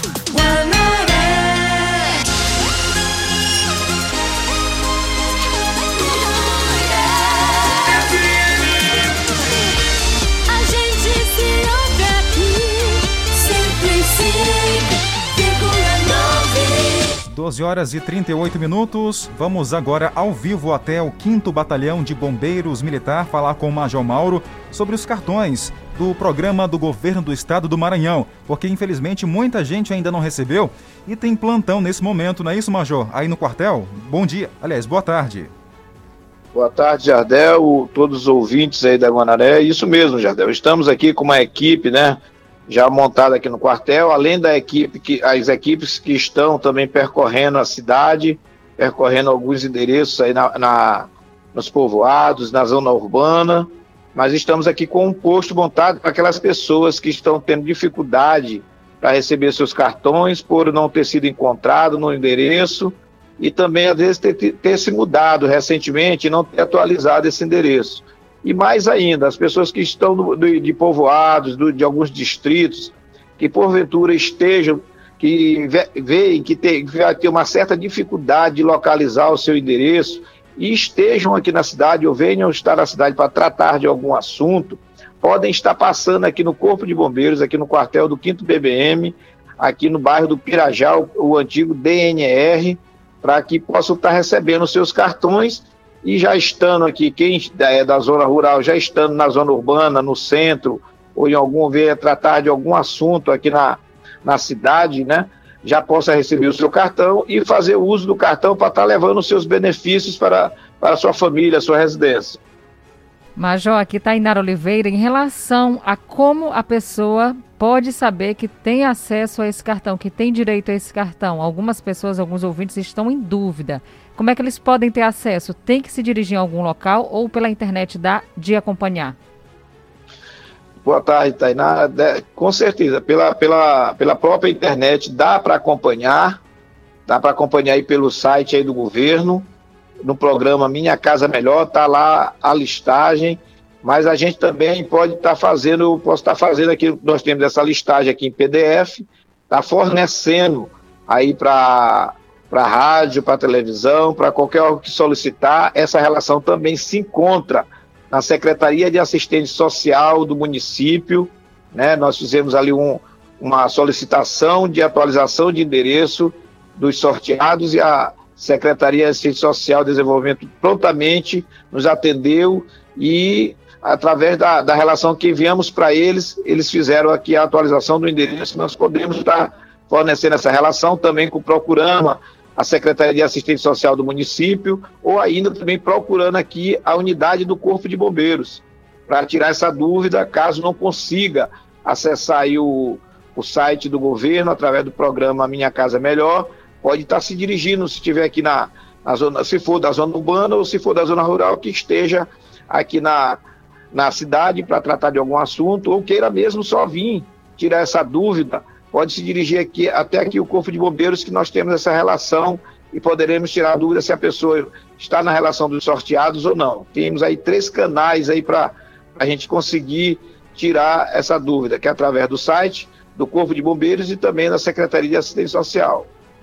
12 horas e 38 minutos. Vamos agora ao vivo até o 5º Batalhão de Bombeiros Militar falar com o Major Mauro sobre os cartões do programa do Governo do Estado do Maranhão, porque infelizmente muita gente ainda não recebeu e tem plantão nesse momento, não é isso, Major? Aí no quartel? Bom dia, aliás, boa tarde. Boa tarde, Jardel, todos os ouvintes aí da Guanaré. Isso mesmo, Jardel, estamos aqui com uma equipe, né, já montada aqui no quartel, além da equipe, as equipes que estão também percorrendo a cidade, percorrendo alguns endereços aí nos povoados, na zona urbana, mas estamos aqui com um posto montado para aquelas pessoas que estão tendo dificuldade para receber seus cartões por não ter sido encontrado no endereço e também, às vezes, ter se mudado recentemente e não ter atualizado esse endereço. E mais ainda, as pessoas que estão de povoados, de alguns distritos, que porventura estejam, que veem que vai ter uma certa dificuldade de localizar o seu endereço e estejam aqui na cidade ou venham estar na cidade para tratar de algum assunto, podem estar passando aqui no Corpo de Bombeiros, aqui no quartel do 5º BBM, aqui no bairro do Pirajá, o antigo DNR, para que possam estar recebendo os seus cartões. E já estando aqui, quem é da zona rural, já estando na zona urbana, no centro, ou em algum ver tratar de algum assunto aqui na cidade, né, já possa receber o seu cartão e fazer o uso do cartão para estar levando os seus benefícios para a sua família, a sua residência. Major, aqui está Tainara Oliveira, em relação a como a pessoa pode saber que tem acesso a esse cartão, que tem direito a esse cartão. Algumas pessoas, alguns ouvintes estão em dúvida. Como é que eles podem ter acesso? Tem que se dirigir em algum local ou pela internet dá de acompanhar? Boa tarde, Tainara. Com certeza, pela própria internet dá para acompanhar aí pelo site aí do governo, no programa Minha Casa Melhor, está lá a listagem, mas a gente também pode estar posso estar fazendo aqui, nós temos essa listagem aqui em PDF, está fornecendo aí para rádio, para televisão, para qualquer um que solicitar. Essa relação também se encontra na Secretaria de Assistência Social do município, né? Nós fizemos ali uma solicitação de atualização de endereço dos sorteados e a Secretaria de Assistência Social e Desenvolvimento prontamente nos atendeu e, através da relação que enviamos para eles, eles fizeram aqui a atualização do endereço. Nós podemos estar fornecendo essa relação também com o Procurama, a Secretaria de Assistência Social do município, ou ainda também procurando aqui a unidade do Corpo de Bombeiros, para tirar essa dúvida, caso não consiga acessar aí o site do governo através do programa Minha Casa Melhor, pode estar se dirigindo, se estiver aqui na zona, se for da zona urbana ou se for da zona rural, que esteja aqui na cidade para tratar de algum assunto, ou queira mesmo só vir tirar essa dúvida, pode se dirigir aqui, até aqui o Corpo de Bombeiros, que nós temos essa relação e poderemos tirar a dúvida se a pessoa está na relação dos sorteados ou não. Temos aí 3 canais aí para a gente conseguir tirar essa dúvida, que é através do site do Corpo de Bombeiros e também da Secretaria de Assistência Social.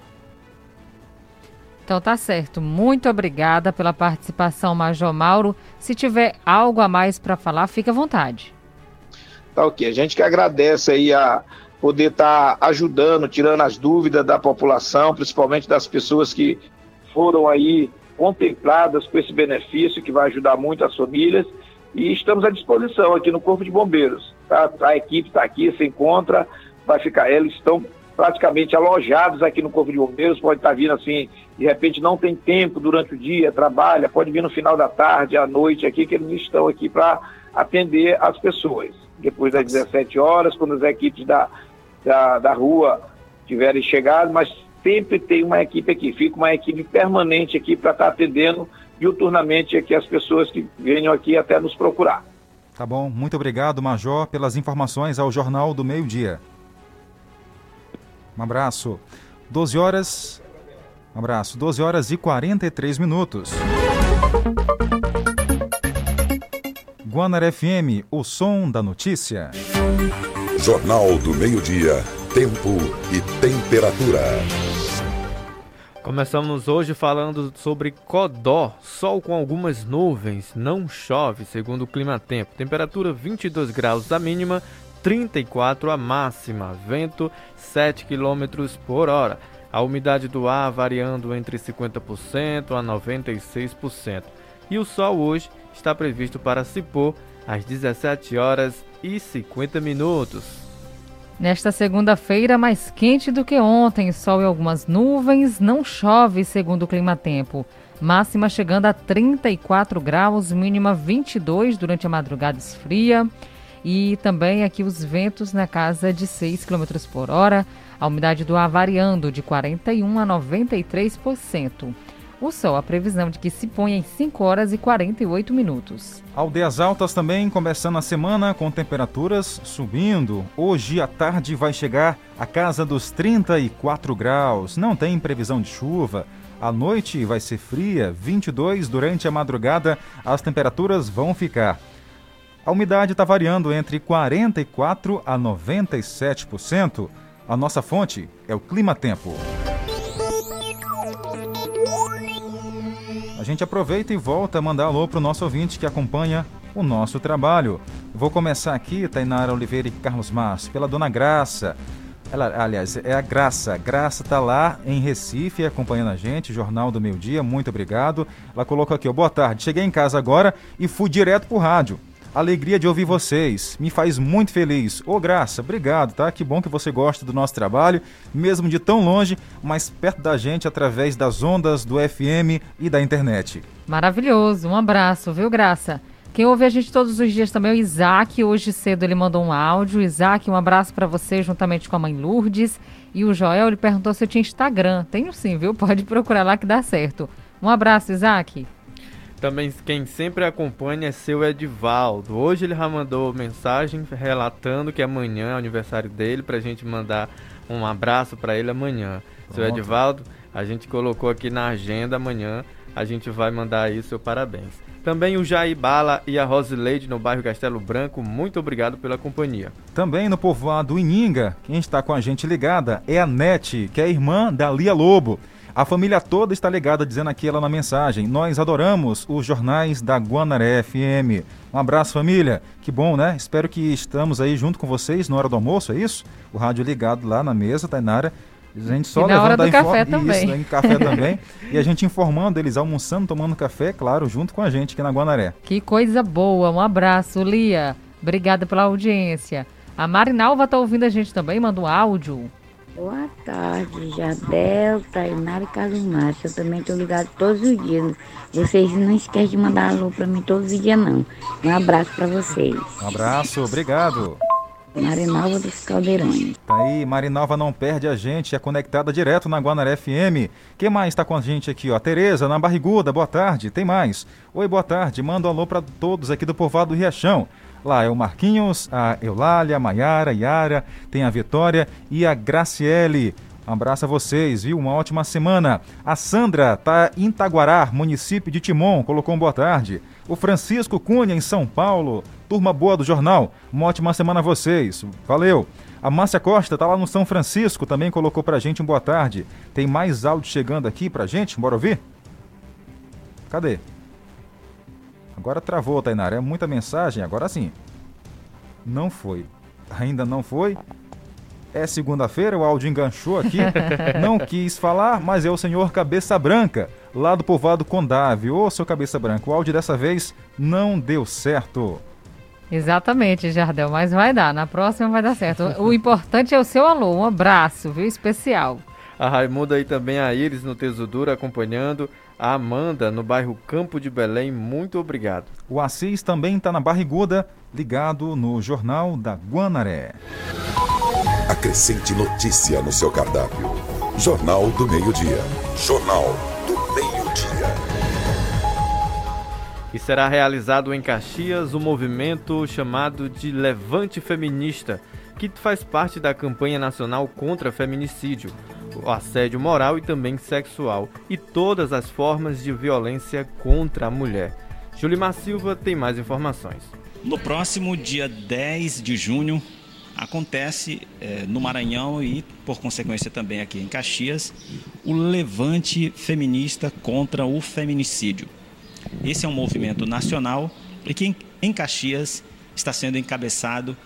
Então tá certo. Muito obrigada pela participação, Major Mauro. Se tiver algo a mais para falar, fique à vontade. Tá ok. A gente que agradece aí a poder estar ajudando, tirando as dúvidas da população, principalmente das pessoas que foram aí contempladas com esse benefício, que vai ajudar muito as famílias. E estamos à disposição aqui no Corpo de Bombeiros. Tá? A equipe está aqui, se encontra, vai ficar, eles estão praticamente alojados aqui no Corpo de Bombeiros, pode estar vindo assim, de repente não tem tempo durante o dia, trabalha, pode vir no final da tarde, à noite aqui, que eles estão aqui para atender as pessoas. Depois das 17 horas, quando as equipes da rua tiverem chegado, mas sempre tem uma equipe aqui, fica uma equipe permanente aqui para estar atendendo diuturnamente aqui as pessoas que venham aqui até nos procurar. Tá bom, muito obrigado, Major, pelas informações ao Jornal do Meio-Dia. Um abraço. 12 horas e 43 minutos. Guanaré FM, o som da notícia. Jornal do Meio-Dia, tempo e temperatura. Começamos hoje falando sobre Codó, sol com algumas nuvens, não chove, segundo o Climatempo. Temperatura 22 graus a mínima, 34 a máxima, vento 7 km por hora. A umidade do ar variando entre 50% a 96%. E o sol hoje está previsto para se pôr às 17 horas e 50 minutos. Nesta segunda-feira, mais quente do que ontem, sol e algumas nuvens, não chove, segundo o Climatempo. Máxima chegando a 34 graus, mínima 22 durante a madrugada esfria. E também aqui os ventos na casa de 6 km por hora, a umidade do ar variando de 41% a 93%. O sol, a previsão de que se ponha em 5 horas e 48 minutos. Aldeias Altas também começando a semana com temperaturas subindo. Hoje à tarde vai chegar a casa dos 34 graus. Não tem previsão de chuva. À noite vai ser fria, 22. Durante a madrugada as temperaturas vão ficar. A umidade está variando entre 44% a 97%. A nossa fonte é o Climatempo. A gente aproveita e volta a mandar alô para o nosso ouvinte que acompanha o nosso trabalho. Vou começar aqui, Tainara Oliveira e Carlos Márcio, pela dona Graça. Ela, aliás, é a Graça. Graça está lá em Recife acompanhando a gente, Jornal do Meio-Dia, muito obrigado. Ela colocou aqui, boa tarde, cheguei em casa agora e fui direto pro rádio. Alegria de ouvir vocês, me faz muito feliz. Ô Graça, obrigado, tá? Que bom que você gosta do nosso trabalho, mesmo de tão longe, mas perto da gente através das ondas do FM e da internet. Maravilhoso, um abraço, viu, Graça? Quem ouve a gente todos os dias também é o Isaac, hoje cedo ele mandou um áudio. Isaac, um abraço para você juntamente com a mãe Lourdes. E o Joel, ele perguntou se eu tinha Instagram. Tenho sim, viu? Pode procurar lá que dá certo. Um abraço, Isaac. Também quem sempre acompanha é seu Edivaldo. Hoje ele já mandou mensagem relatando que amanhã é o aniversário dele, pra gente mandar um abraço para ele amanhã. Pronto. Seu Edivaldo, a gente colocou aqui na agenda, amanhã a gente vai mandar aí seu parabéns. Também o Jair Bala e a Rosileide no bairro Castelo Branco, muito obrigado pela companhia. Também no povoado Ininga, quem está com a gente ligada é a Nete, que é irmã da Lia Lobo. A família toda está ligada, dizendo aqui ela na mensagem, nós adoramos os jornais da Guanaré FM. Um abraço, família. Que bom, né? Espero que estamos aí junto com vocês na hora do almoço, é isso? O rádio ligado lá na mesa, Tainara. A gente só e na hora do café também. Isso, em café também. E a gente informando, eles almoçando, tomando café, claro, junto com a gente aqui na Guanaré. Que coisa boa. Um abraço, Lia. Obrigada pela audiência. A Marinalva está ouvindo a gente também, manda um áudio. Boa tarde, Jardel, Tainara e Carlos Márcio. Eu também estou ligado todos os dias. Vocês não esquecem de mandar alô para mim todos os dias, não. Um abraço para vocês. Um abraço, obrigado. Marinalva dos Caldeirões. Tá aí, Marinalva não perde a gente, é conectada direto na Guanaré FM. Quem mais está com a gente aqui, ó? Tereza, na Barriguda, boa tarde. Tem mais. Oi, boa tarde. Manda um alô para todos aqui do povoado do Riachão. Lá é o Marquinhos, a Eulália, a Maiara, a Yara, tem a Vitória e a Graciele. Um abraço a vocês, viu? Uma ótima semana. A Sandra tá em Itaguará, município de Timon, colocou um boa tarde. O Francisco Cunha, em São Paulo. Turma boa do jornal. Uma ótima semana a vocês. Valeu. A Márcia Costa tá lá no São Francisco, também colocou pra gente um boa tarde. Tem mais áudio chegando aqui pra gente, bora ouvir? Cadê? Agora travou, Tainara. É muita mensagem, agora sim. Não foi. Ainda não foi. É segunda-feira, o áudio enganchou aqui. Não quis falar, mas é o senhor Cabeça Branca, lá do povoado Condave. Ô, seu Cabeça Branca, o áudio dessa vez não deu certo. Exatamente, Jardel, mas vai dar. Na próxima vai dar certo. O importante é o seu alô. Um abraço, viu? Especial. A Raimunda aí também, a Iris no Tesudura acompanhando. A Amanda no bairro Campo de Belém, muito obrigado. O Assis também está na Barriguda, ligado no Jornal da Guanaré. Acrescente notícia no seu cardápio. Jornal do Meio-Dia. Jornal do Meio-Dia. E será realizado em Caxias o movimento chamado de Levante Feminista, que faz parte da campanha nacional contra feminicídio, o assédio moral e também sexual e todas as formas de violência contra a mulher. Julimar Silva tem mais informações. No próximo dia 10 de junho, acontece no Maranhão e, por consequência, também aqui em Caxias, o Levante Feminista contra o Feminicídio. Esse é um movimento nacional e que em Caxias está sendo encabeçado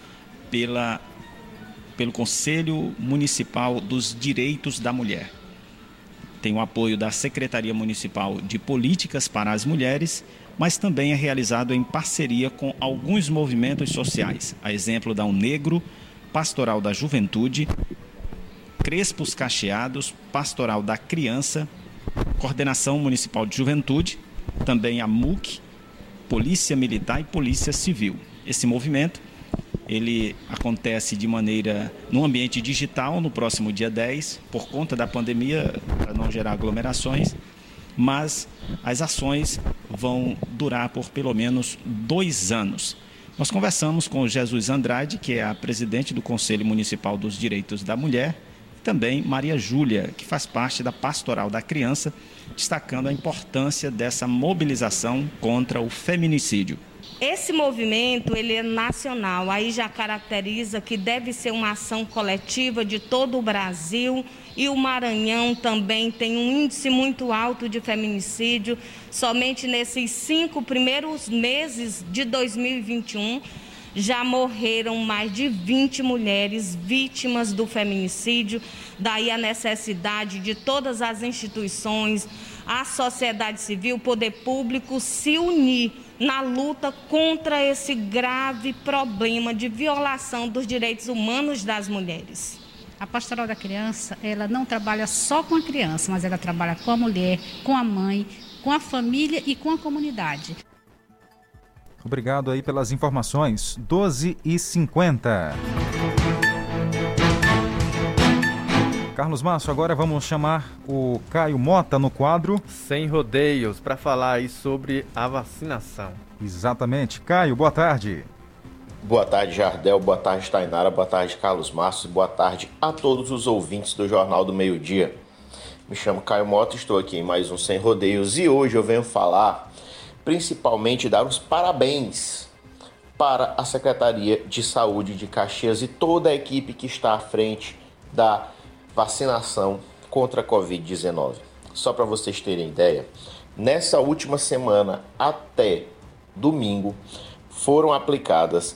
pelo Conselho Municipal dos Direitos da Mulher. Tem o apoio da Secretaria Municipal de Políticas para as Mulheres, mas também é realizado em parceria com alguns movimentos sociais, a exemplo da Unegro, Pastoral da Juventude, Crespos Cacheados, Pastoral da Criança, Coordenação Municipal de Juventude, também a MUC, Polícia Militar e Polícia Civil. Esse movimento ele acontece de maneira no ambiente digital no próximo dia 10, por conta da pandemia, para não gerar aglomerações, mas as ações vão durar por pelo menos 2 anos. Nós conversamos com o Jesus Andrade, que é a presidente do Conselho Municipal dos Direitos da Mulher, e também Maria Júlia, que faz parte da Pastoral da Criança, destacando a importância dessa mobilização contra o feminicídio. Esse movimento, ele é nacional, aí já caracteriza que deve ser uma ação coletiva de todo o Brasil, e o Maranhão também tem um índice muito alto de feminicídio. Somente nesses 5 primeiros meses de 2021, já morreram mais de 20 mulheres vítimas do feminicídio. Daí a necessidade de todas as instituições, a sociedade civil, o poder público se unir na luta contra esse grave problema de violação dos direitos humanos das mulheres. A Pastoral da Criança, ela não trabalha só com a criança, mas ela trabalha com a mulher, com a mãe, com a família e com a comunidade. Obrigado aí pelas informações. 12h50. Carlos Márcio, agora vamos chamar o Caio Mota no quadro Sem Rodeios, para falar aí sobre a vacinação. Exatamente. Caio, boa tarde. Boa tarde, Jardel. Boa tarde, Tainara. Boa tarde, Carlos Márcio. Boa tarde a todos os ouvintes do Jornal do Meio-Dia. Me chamo Caio Mota, estou aqui em mais um Sem Rodeios e hoje eu venho falar, principalmente dar os parabéns para a Secretaria de Saúde de Caxias e toda a equipe que está à frente da vacinação contra a Covid-19. Só para vocês terem ideia, nessa última semana até domingo foram aplicadas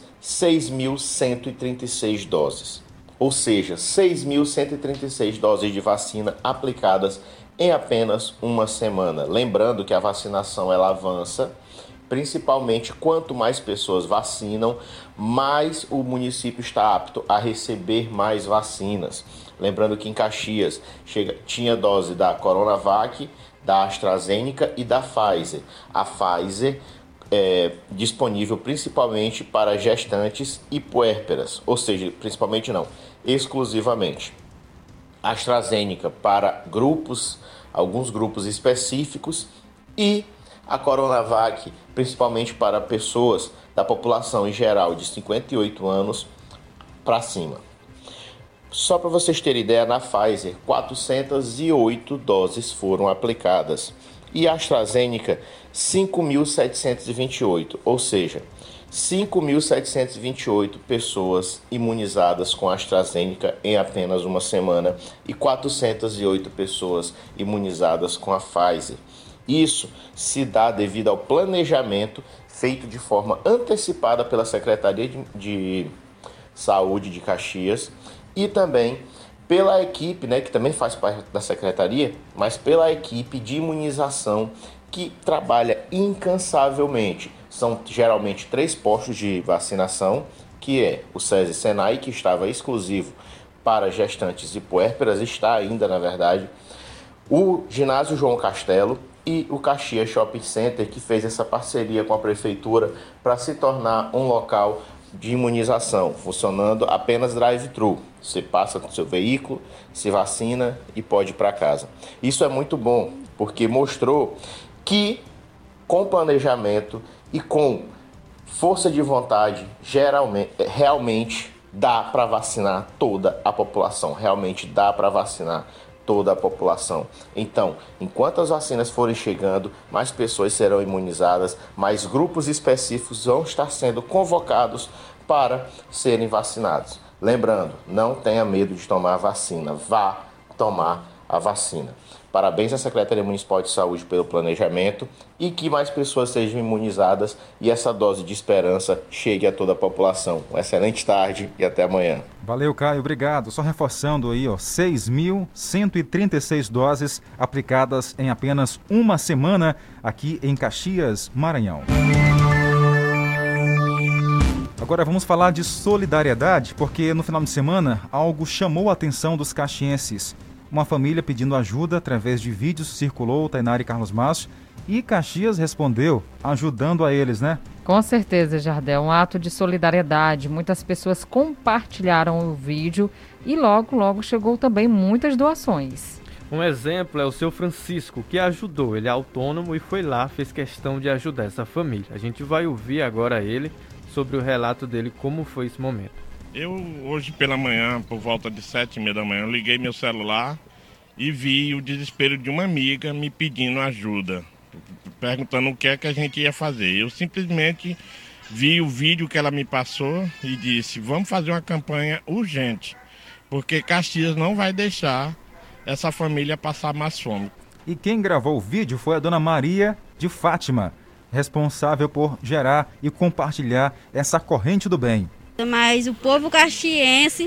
6.136 doses, ou seja, 6.136 doses de vacina aplicadas em apenas uma semana. Lembrando que a vacinação ela avança principalmente quanto mais pessoas vacinam, mais o município está apto a receber mais vacinas. Lembrando que em Caxias tinha dose da Coronavac, da AstraZeneca e da Pfizer. A Pfizer é disponível principalmente para gestantes e puérperas, ou seja, principalmente não, exclusivamente. A AstraZeneca para alguns grupos específicos, e a Coronavac principalmente para pessoas da população em geral de 58 anos para cima. Só para vocês terem ideia, na Pfizer, 408 doses foram aplicadas e a AstraZeneca, 5.728, ou seja, 5.728 pessoas imunizadas com a AstraZeneca em apenas uma semana e 408 pessoas imunizadas com a Pfizer. Isso se dá devido ao planejamento feito de forma antecipada pela Secretaria de Saúde de Caxias e também pela equipe, que também faz parte da secretaria, mas pela equipe de imunização que trabalha incansavelmente. São geralmente 3 postos de vacinação, que é o SESI Senai, que estava exclusivo para gestantes e puérperas, está ainda, na verdade, o ginásio João Castelo e o Caxias Shopping Center, que fez essa parceria com a prefeitura para se tornar um local de imunização, funcionando apenas drive-thru. Você passa com seu veículo, se vacina e pode ir para casa. Isso é muito bom, porque mostrou que com planejamento e com força de vontade, realmente dá para vacinar toda a população. Realmente dá para vacinar toda a população. Então, enquanto as vacinas forem chegando, mais pessoas serão imunizadas, mais grupos específicos vão estar sendo convocados para serem vacinados. Lembrando, não tenha medo de tomar a vacina, vá tomar a vacina. Parabéns à Secretaria Municipal de Saúde pelo planejamento e que mais pessoas sejam imunizadas e essa dose de esperança chegue a toda a população. Uma excelente tarde e até amanhã. Valeu, Caio, obrigado. Só reforçando aí, 6.136 doses aplicadas em apenas uma semana aqui em Caxias, Maranhão. Agora vamos falar de solidariedade, porque no final de semana algo chamou a atenção dos caxienses. Uma família pedindo ajuda através de vídeos circulou, Tainara e Carlos Márcio, e Caxias respondeu ajudando a eles, né? Com certeza, Jardel, um ato de solidariedade. Muitas pessoas compartilharam o vídeo e logo chegou também muitas doações. Um exemplo é o seu Francisco, que ajudou. Ele é autônomo e foi lá, fez questão de ajudar essa família. A gente vai ouvir agora ele sobre o relato dele, como foi esse momento. Eu, hoje pela manhã, por volta de 7h30 da manhã, eu liguei meu celular e vi o desespero de uma amiga me pedindo ajuda, perguntando o que é que a gente ia fazer. Eu simplesmente vi o vídeo que ela me passou e disse, vamos fazer uma campanha urgente, porque Caxias não vai deixar essa família passar mais fome. E quem gravou o vídeo foi a dona Maria de Fátima, responsável por gerar e compartilhar essa corrente do bem. Mas o povo caxiense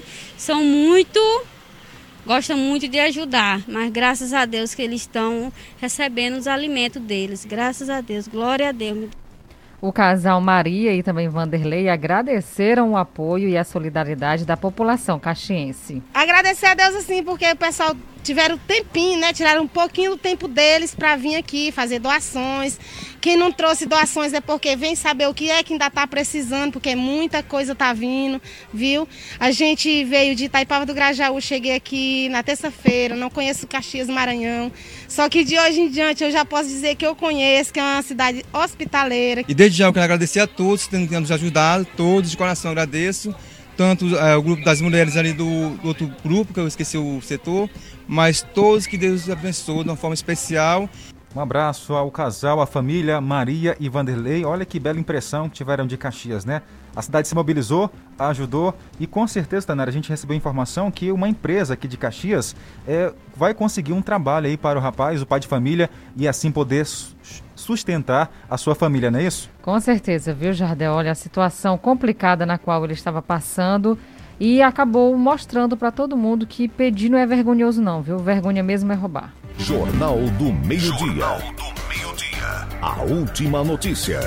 gostam muito de ajudar, mas graças a Deus que eles estão recebendo os alimentos deles, graças a Deus, glória a Deus. O casal Maria e também Vanderlei agradeceram o apoio e a solidariedade da população caxiense. Agradecer a Deus assim, porque o pessoal tiveram tempinho, tiraram um pouquinho do tempo deles para vir aqui fazer doações. Quem não trouxe doações é porque vem saber o que é que ainda está precisando, porque muita coisa está vindo, viu? A gente veio de Itaipava do Grajaú, cheguei aqui na terça-feira, não conheço Caxias, Maranhão. Só que de hoje em diante eu já posso dizer que eu conheço, que é uma cidade hospitaleira. E desde já eu quero agradecer a todos que têm nos ajudado, todos de coração agradeço. Tanto o grupo das mulheres ali do outro grupo, que eu esqueci o setor, mas todos que Deus abençoe de uma forma especial. Um abraço ao casal, à família Maria e Vanderlei. Olha que bela impressão que tiveram de Caxias, né? A cidade se mobilizou, ajudou e com certeza, Tainara, a gente recebeu informação que uma empresa aqui de Caxias vai conseguir um trabalho aí para o rapaz, o pai de família, e assim poder sustentar a sua família, não é isso? Com certeza, viu, Jardel? Olha, a situação complicada na qual ele estava passando e acabou mostrando para todo mundo que pedir não é vergonhoso não, viu? Vergonha mesmo é roubar. Jornal do Meio-Dia. a última notícia.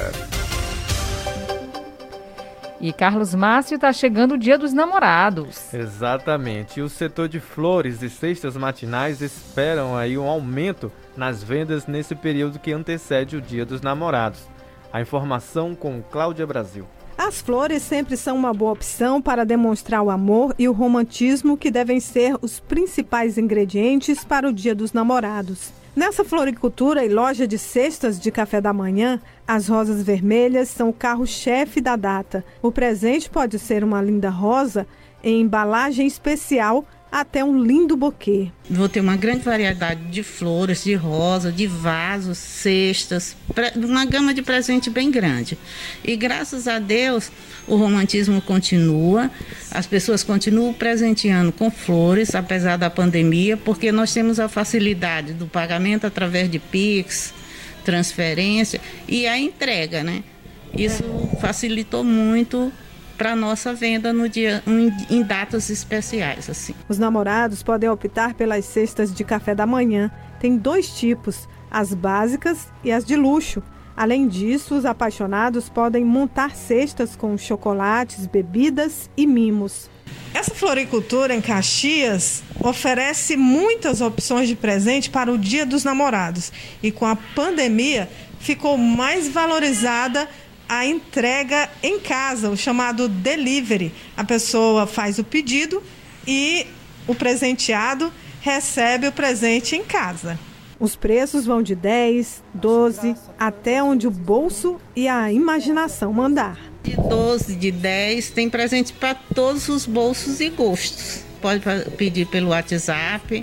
E Carlos Márcio, está chegando o Dia dos Namorados. Exatamente. E o setor de flores e cestas matinais esperam aí um aumento nas vendas nesse período que antecede o Dia dos Namorados. A informação com Cláudia Brasil. As flores sempre são uma boa opção para demonstrar o amor e o romantismo, que devem ser os principais ingredientes para o Dia dos Namorados. Nessa floricultura e loja de cestas de café da manhã, as rosas vermelhas são o carro-chefe da data. O presente pode ser uma linda rosa em embalagem especial até um lindo buquê. Vou ter uma grande variedade de flores, de rosa, de vasos, cestas, uma gama de presente bem grande. E graças a Deus, o romantismo continua, as pessoas continuam presenteando com flores, apesar da pandemia, porque nós temos a facilidade do pagamento através de Pix, transferência e a entrega, né? Isso facilitou muito para nossa venda no dia, em datas especiais, assim. Os namorados podem optar pelas cestas de café da manhã. Tem 2 tipos, as básicas e as de luxo. Além disso, os apaixonados podem montar cestas com chocolates, bebidas e mimos. Essa floricultura em Caxias oferece muitas opções de presente para o Dia dos Namorados. E com a pandemia, ficou mais valorizada a entrega em casa, o chamado delivery. A pessoa faz o pedido e o presenteado recebe o presente em casa. Os preços vão de 10, 12, até onde o bolso e a imaginação mandar. De 12, de 10, tem presente para todos os bolsos e gostos. Pode pedir pelo WhatsApp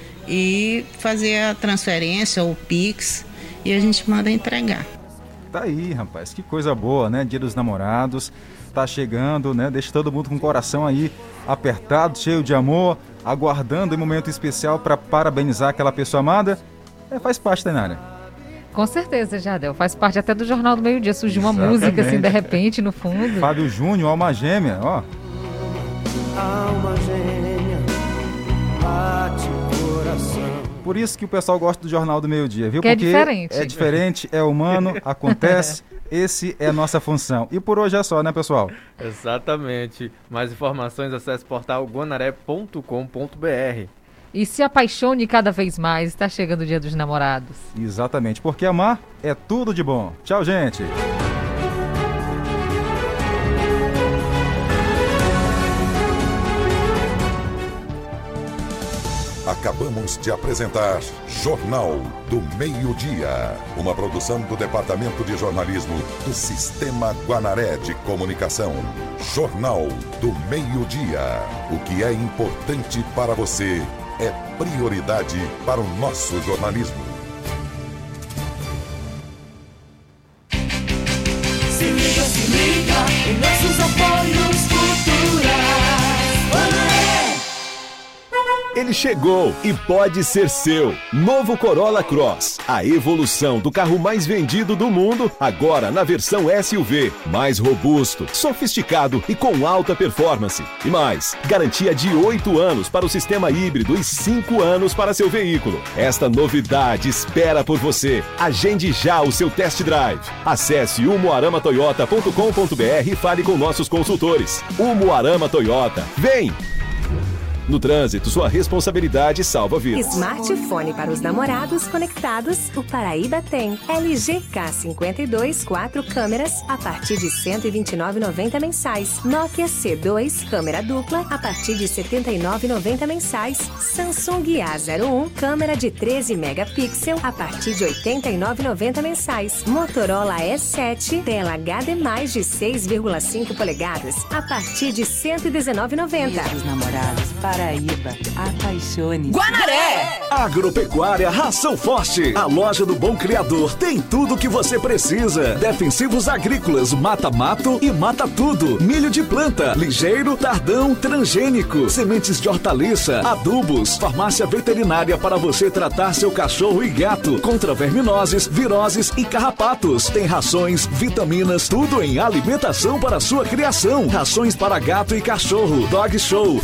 e fazer a transferência ou Pix e a gente manda entregar. Tá aí, rapaz, que coisa boa, né? Dia dos Namorados, tá chegando, né? Deixa todo mundo com o coração aí apertado, cheio de amor, aguardando um momento especial para parabenizar aquela pessoa amada. Faz parte, Tainara. Com certeza, Jardel. Faz parte até do Jornal do Meio-Dia. Surgiu uma música assim, de repente, no fundo. Fábio Júnior, Alma Gêmea, ó. Alma gêmea, bate coração. Por isso que o pessoal gosta do Jornal do Meio-Dia, viu? Que porque é diferente. É diferente, é humano, acontece. Esse é a nossa função. E por hoje é só, né, pessoal? Exatamente. Mais informações, acesse portal guanaré.com.br. E se apaixone cada vez mais. Está chegando o Dia dos Namorados. Exatamente, porque amar é tudo de bom. Tchau, gente. Acabamos de apresentar Jornal do Meio-Dia, uma produção do Departamento de Jornalismo do Sistema Guanaré de Comunicação. Jornal do Meio-Dia. O que é importante para você é prioridade para o nosso jornalismo. Se liga em nossos apoios culturais. Ele chegou e pode ser seu. Novo Corolla Cross. A evolução do carro mais vendido do mundo, agora na versão SUV. Mais robusto, sofisticado e com alta performance. E mais, garantia de 8 anos para o sistema híbrido e 5 anos para seu veículo. Esta novidade espera por você. Agende já o seu test drive. Acesse umuaramatoyota.com.br e fale com nossos consultores. Umuarama Toyota. Vem! No trânsito, sua responsabilidade salva vidas. Smartphone para os namorados conectados, o Paraíba tem. LG K52, 4 câmeras, a partir de R$ 129,90 mensais. Nokia C2, câmera dupla, a partir de R$ 79,90 mensais. Samsung A01, câmera de 13 megapixels, a partir de R$ 89,90 mensais. Motorola S7, tela HD+, de 6,5 polegadas, a partir de R$ 119,90. Os namorados, Paraíba, apaixone. Guanaré! Agropecuária Ração Forte. A loja do Bom Criador tem tudo o que você precisa. Defensivos agrícolas, mata-mato e mata-tudo. Milho de planta, ligeiro, tardão, transgênico. Sementes de hortaliça, adubos. Farmácia veterinária para você tratar seu cachorro e gato contra verminoses, viroses e carrapatos. Tem rações, vitaminas, tudo em alimentação para sua criação. Rações para gato e cachorro, dog show,